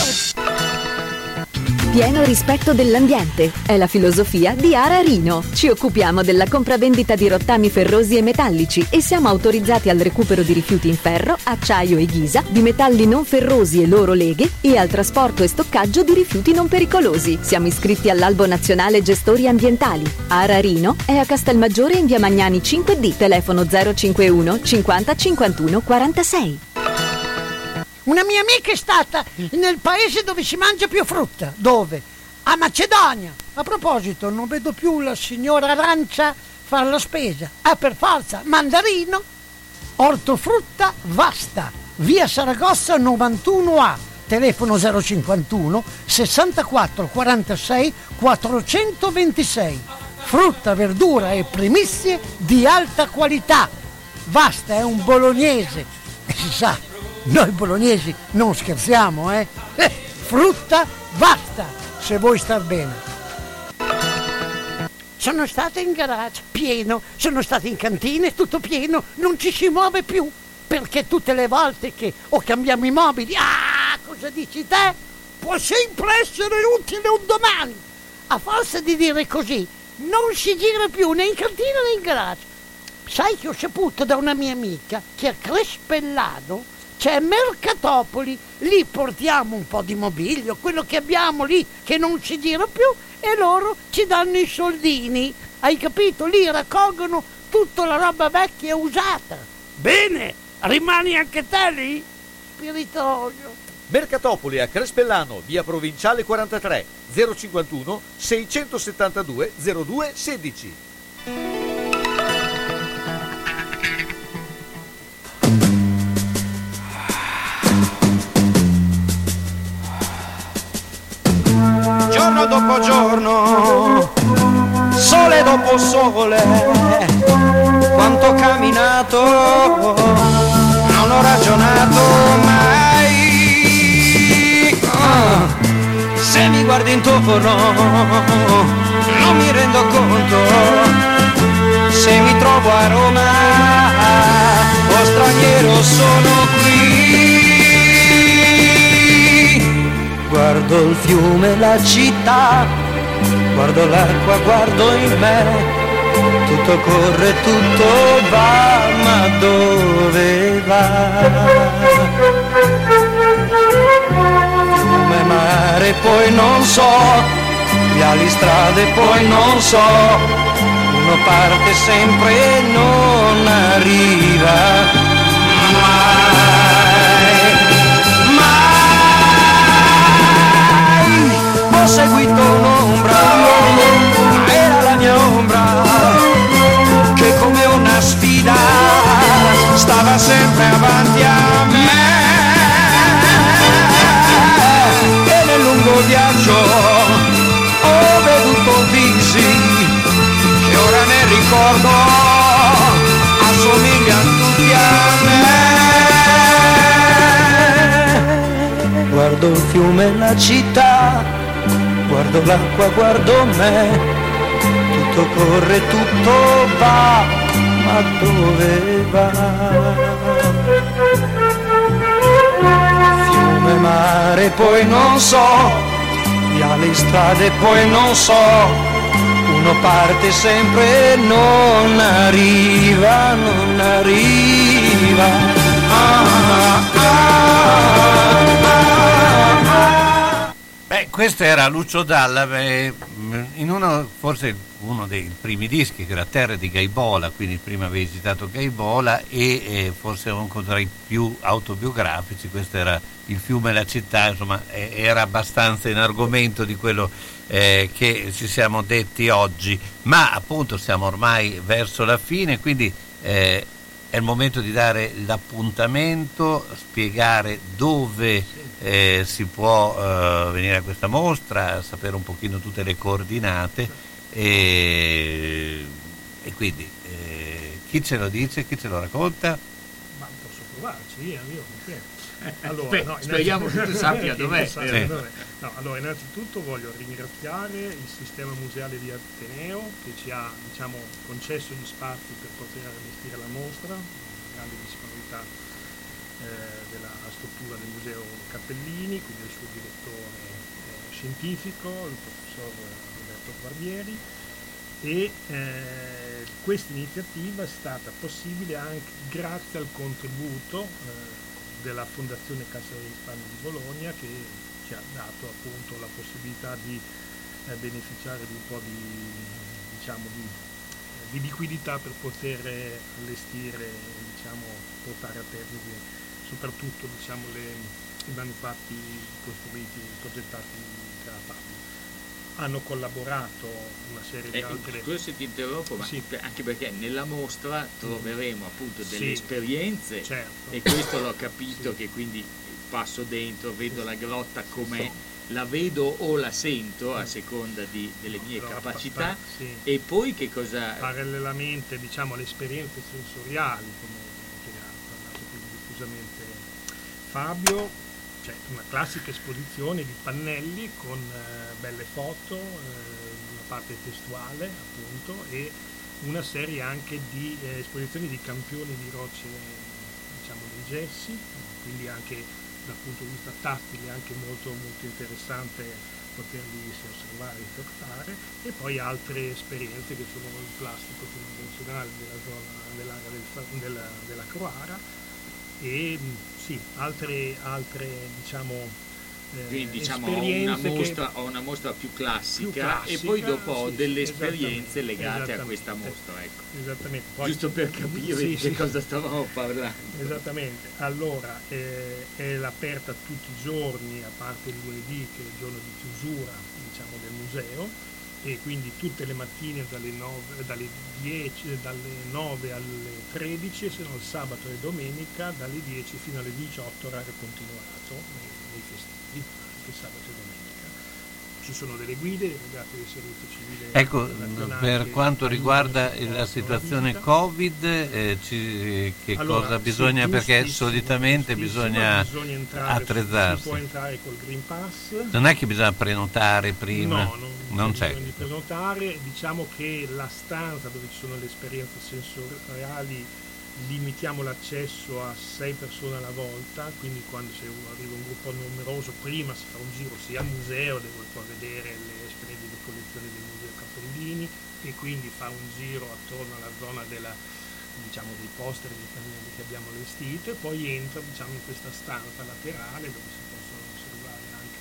Pieno rispetto dell'ambiente è la filosofia di Ara Rino. Ci occupiamo della compravendita di rottami ferrosi e metallici e siamo autorizzati al recupero di rifiuti in ferro, acciaio e ghisa, di metalli non ferrosi e loro leghe e al trasporto e stoccaggio di rifiuti non pericolosi. Siamo iscritti all'Albo Nazionale Gestori Ambientali. Ara Rino è a Castelmaggiore in via Magnani 5D, telefono 051 50 51 46. Una mia amica è stata nel paese dove si mangia più frutta. Dove? A Macedonia. A proposito, non vedo più la signora Arancia fare la spesa. Per forza, mandarino, ortofrutta Vasta, via Saragossa 91A, telefono 051 64 46 426. Frutta, verdura e primizie di alta qualità. Vasta è un bolognese. E si sa, noi bolognesi non scherziamo, frutta Vasta, se vuoi star bene. Sono stata in garage, pieno, sono stata in cantine, tutto pieno, non ci si muove più, perché tutte le volte che cambiamo i mobili, cosa dici te? Può sempre essere utile un domani. A forza di dire così, non si gira più né in cantina né in garage. Sai che ho saputo da una mia amica che a Crespellano c'è Mercatopoli, lì portiamo un po' di mobilio, quello che abbiamo lì che non si gira più e loro ci danno i soldini, hai capito? Lì raccolgono tutta la roba vecchia e usata. Bene, rimani anche te lì? Spiritoso. Mercatopoli a Crespellano, via Provinciale 43, 051 672 02 16. giorno dopo giorno, sole dopo sole, quanto ho camminato, non ho ragionato mai. Se mi guardi intorno non mi rendo conto, se mi trovo a Roma o straniero sono qui. Guardo il fiume, la città, guardo l'acqua, guardo in me, tutto corre, tutto va, ma dove va? Fiume, mare, poi non so, viali, strade, poi non so, uno parte sempre e non arriva mai, mai. Ho seguito un'ombra, ma era la mia ombra, che come una sfida stava sempre avanti a me. E nel lungo viaggio ho veduto visi che ora ne ricordo, assomigliano tutti a me. Guardo il fiume e la città, guardo l'acqua, guardo me, tutto corre, tutto va, ma dove va? Fiume, mare, poi non so, viali, strade, poi non so, uno parte sempre e non arriva, non arriva. Beh, questo era Lucio Dalla, in forse uno dei primi dischi, che era Terre di Gaibola, quindi prima avevi citato Gaibola, e forse uno tra i più autobiografici. Questo era Il fiume e la città, insomma era abbastanza in argomento di quello che ci siamo detti oggi, ma appunto siamo ormai verso la fine, quindi è il momento di dare l'appuntamento, spiegare dove si può venire a questa mostra, sapere un pochino tutte le coordinate e quindi chi ce lo dice, chi ce lo racconta? Ma posso provarci, io non credo. Allora, beh, no, speriamo che tu sappia dov'è. No, allora, innanzitutto voglio ringraziare il sistema museale di Ateneo che ci ha, diciamo, concesso gli spazi per poter allestire la mostra, grande disponibilità della struttura del museo Cappellini, quindi del suo direttore scientifico, il professor Roberto Barbieri, e questa iniziativa è stata possibile anche grazie al contributo della Fondazione Cassa dei Risparmi di Bologna, che ci ha dato appunto la possibilità di beneficiare di un po' di liquidità per poter allestire, diciamo, portare a termine soprattutto, diciamo, i manufatti costruiti, progettati da Fabio. Hanno collaborato una serie di altre... Scusa se ti interrompo, ma sì, anche perché nella mostra troveremo appunto delle sì, esperienze, certo, e questo l'ho capito, sì, che quindi passo dentro, vedo la grotta com'è, la vedo o la sento a seconda delle mie capacità, sì, e poi che cosa... Parallelamente, diciamo, alle esperienze sensoriali, come ha parlato quindi diffusamente Fabio, c'è una classica esposizione di pannelli con belle foto, una parte testuale appunto, e una serie anche di esposizioni di campioni di rocce, diciamo, dei gessi, quindi anche dal punto di vista tattile anche molto, molto interessante poterli osservare e toccare, e poi altre esperienze che sono il plastico tridimensionale della zona della Croara, e sì, altre diciamo, quindi diciamo ho una mostra più classica, e poi dopo ho delle esperienze legate a questa mostra, ecco. Esattamente. Poi, giusto per capire di che cosa stavamo parlando. Esattamente. Allora è aperta tutti i giorni, a parte il lunedì che è il giorno di chiusura, diciamo, del museo, e quindi tutte le mattine dalle 9 alle 13, e se no il sabato e domenica dalle 10 fino alle 18, orario continuato nei festivi, anche sabato e domenica. ci sono delle guide, i ragazzi del servizio civile. Ecco, per quanto riguarda la situazione Covid, che cosa bisogna, perché solitamente bisogna attrezzarsi. Si può entrare col Green Pass. Non è che bisogna prenotare prima? No, non c'è. Bisogna prenotare, diciamo che la stanza dove ci sono le esperienze sensoriali limitiamo l'accesso a 6 persone alla volta, quindi quando arriva un gruppo numeroso prima si fa un giro sia al museo dove può vedere le splendide collezioni del museo Cappellini e quindi fa un giro attorno alla zona dei poster e dei pannelli che abbiamo allestito, e poi entra in questa stanza laterale dove si possono osservare anche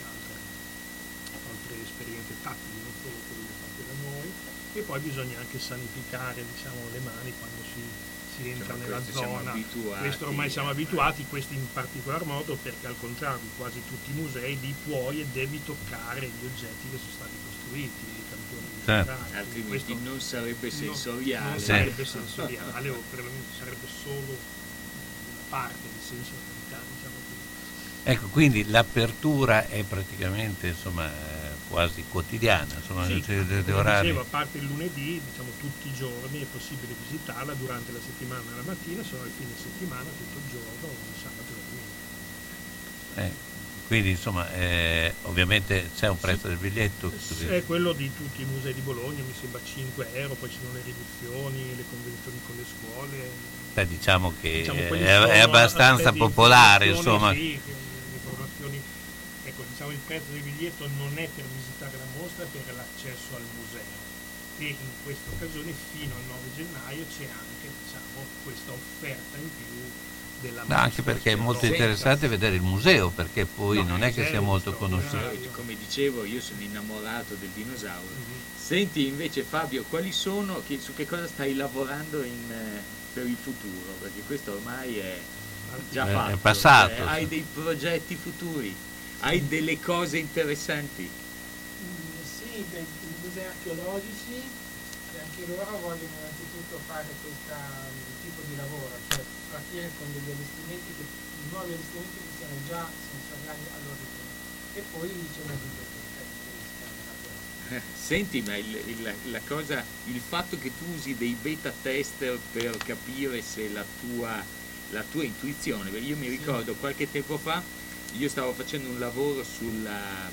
altre esperienze tattili, non solo quelle fatte da noi, e poi bisogna anche sanificare le mani quando si entra nella zona. Questo ormai siamo abituati, questo in particolar modo perché al contrario di quasi tutti i musei lì puoi e devi toccare gli oggetti che sono stati costruiti, i campioni militari. Altrimenti non sarebbe sensoriale. Non sarebbe sensoriale, o perlomeno sarebbe solo una parte di sensorialità, diciamo così. Ecco, quindi l'apertura è praticamente quasi quotidiana, orari. Dicevo, a parte il lunedì, tutti i giorni è possibile visitarla, durante la settimana la mattina, se no il fine settimana tutto il giorno, il sabato e la domenica. Quindi ovviamente c'è un prezzo del biglietto? È quello di tutti i musei di Bologna, mi sembra 5 euro, poi ci sono le riduzioni, le convenzioni con le scuole. Diciamo che è abbastanza popolare, insomma. Sì, le informazioni, il prezzo del biglietto non è per visitare la mostra, è per l'accesso al museo, e in questa occasione fino al 9 gennaio c'è anche questa offerta in più della mostra. Anche perché è molto interessante vedere il museo, perché poi non è che sia molto conosciuto. Come dicevo, io sono innamorato del dinosauro. Senti invece Fabio, su che cosa stai lavorando per il futuro? Perché questo ormai è già fatto. È passato. Hai dei progetti futuri? Hai delle cose interessanti? Sì, dei musei archeologici, e anche loro vogliono innanzitutto fare questo tipo di lavoro, cioè partire con degli allestimenti, nuovi allestimenti che siano già sensoriali all'origine, e poi c'è una biblioteca. Senti, ma il fatto che tu usi dei beta tester per capire se la tua intuizione, perché io mi ricordo qualche tempo fa io stavo facendo un lavoro sulla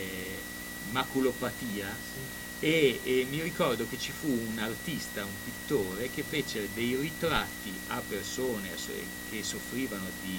maculopatia, e mi ricordo che ci fu un artista, un pittore, che fece dei ritratti a persone che soffrivano di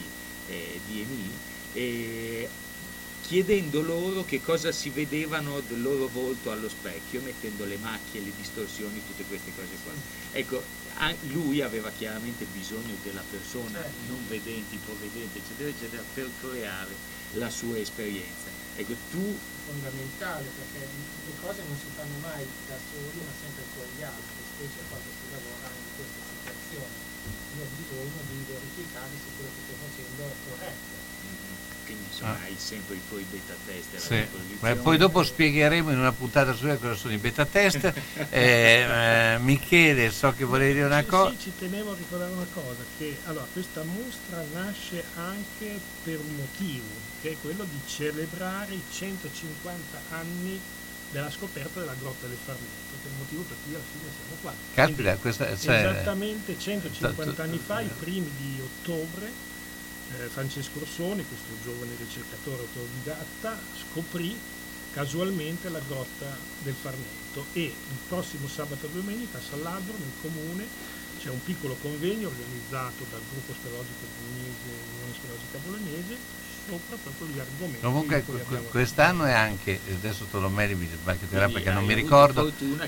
EMI, chiedendo loro che cosa si vedevano del loro volto allo specchio, mettendo le macchie, le distorsioni, tutte queste cose qua. Ecco, lui aveva chiaramente bisogno della persona non vedente, ipovedente, eccetera, eccetera, per creare la sua esperienza. Ecco, tu... Fondamentale, perché le cose non si fanno mai da soli, ma sempre con gli altri, specie quando si lavora in queste situazioni. Io ho bisogno di verificare se quello che sto facendo è corretto. Quindi hai sempre i tuoi beta tester. Sì. Poi dopo spiegheremo in una puntata su cosa sono i beta tester. Michele, so che volevi dire una cosa. Sì, ci tenevo a ricordare una cosa, che questa mostra nasce anche per un motivo, che è quello di celebrare i 150 anni della scoperta della grotta del Farnetto, che è il motivo per cui alla fine siamo qua. Caspita, esattamente 150 anni fa, i primi di ottobre, Francesco Orsoni, questo giovane ricercatore autodidatta, scoprì casualmente la grotta del Farnetto, e il prossimo sabato e domenica a San Lazzaro, nel comune, c'è un piccolo convegno organizzato dal gruppo speleologico bolognese, Unione Speleologica Bolognese, sopra proprio gli argomenti. Comunque quest'anno è anche, adesso Tolomelli mi sbaglierà perché non mi ricordo,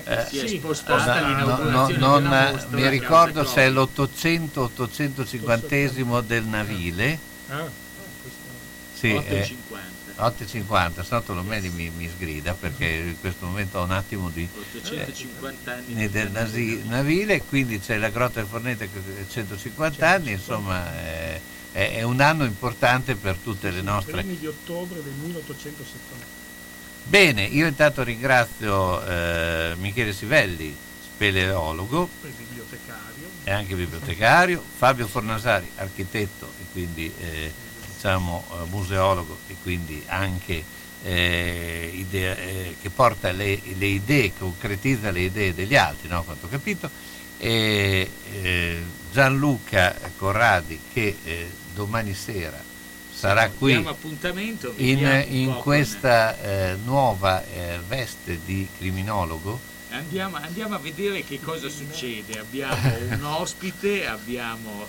non mi ricordo se è l'850 del Navile. Sì, 8,50, se no Tolomelli mi sgrida, perché in questo momento ho un attimo di 850 anni del Navile, quindi c'è la grotta del Farnetto che ha 150 anni, insomma è un anno importante per tutte le nostre. Primi di ottobre del 1870. Bene, io intanto ringrazio Michele Sivelli, speleologo e anche bibliotecario, Fabio Fornasari, architetto e quindi museologo, e quindi anche che porta le idee, concretizza le idee degli altri, no? Quanto ho capito, e Gianluca Corradi che domani sera sarà qui appuntamento, in questa nuova veste di criminologo. Andiamo a vedere che cosa succede. Abbiamo un ospite, abbiamo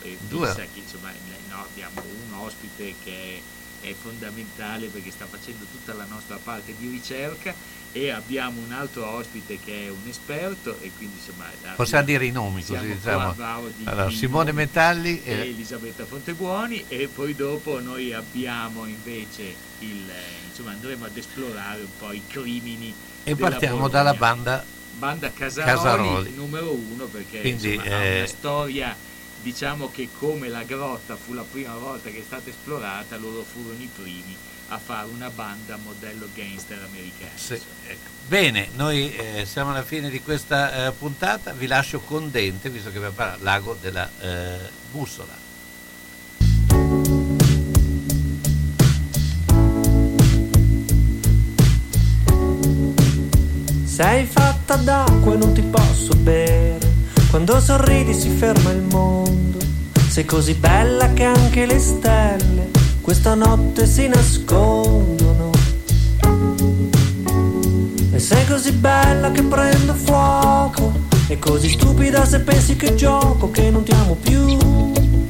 un ospite che è fondamentale perché sta facendo tutta la nostra parte di ricerca, e abbiamo un altro ospite che è un esperto, e quindi insomma possiamo dire i nomi, così diciamo. Allora, Simone Metalli e Elisabetta Fontebuoni, e poi dopo noi abbiamo invece andremo ad esplorare un po' i crimini e partiamo dalla banda Casaroli numero 1, perché quindi, ha una storia, diciamo che come la grotta fu la prima volta che è stata esplorata, loro furono i primi a fare una banda modello gangster americano. Sì, ecco. Bene, noi siamo alla fine di questa puntata, vi lascio con Dente, visto che abbiamo parlato Lago della Bussola. Sei fatta d'acqua e non ti posso bere, quando sorridi si ferma il mondo, sei così bella che anche le stelle questa notte si nascondono, e sei così bella che prendo fuoco, e così stupida se pensi che gioco, che non ti amo più.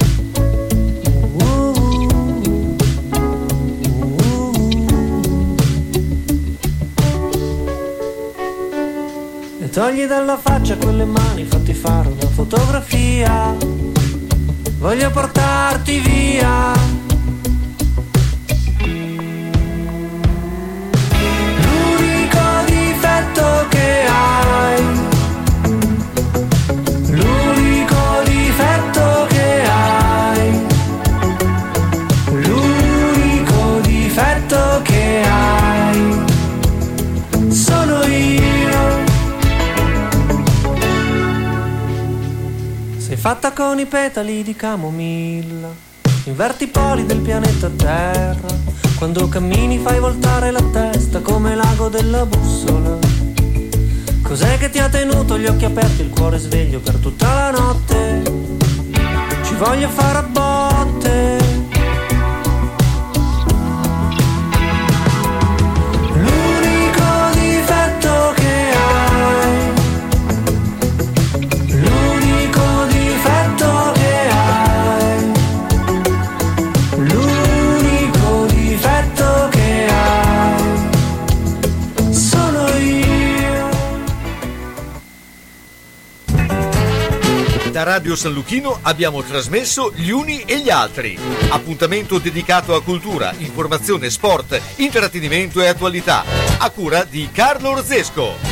Togli dalla faccia quelle mani, fatti fare una fotografia, voglio portarti via. L'unico difetto che hai, l'unico difetto che hai, l'unico difetto che hai, sono io. Fatta con i petali di camomilla, inverti i poli del pianeta Terra, quando cammini fai voltare la testa come l'ago della bussola. Cos'è che ti ha tenuto gli occhi aperti e il cuore sveglio per tutta la notte? Ci voglio fare a botte. Da Radio San Luchino abbiamo trasmesso Gli Uni e gli Altri. Appuntamento dedicato a cultura, informazione, sport, intrattenimento e attualità. A cura di Carlo Orzesco.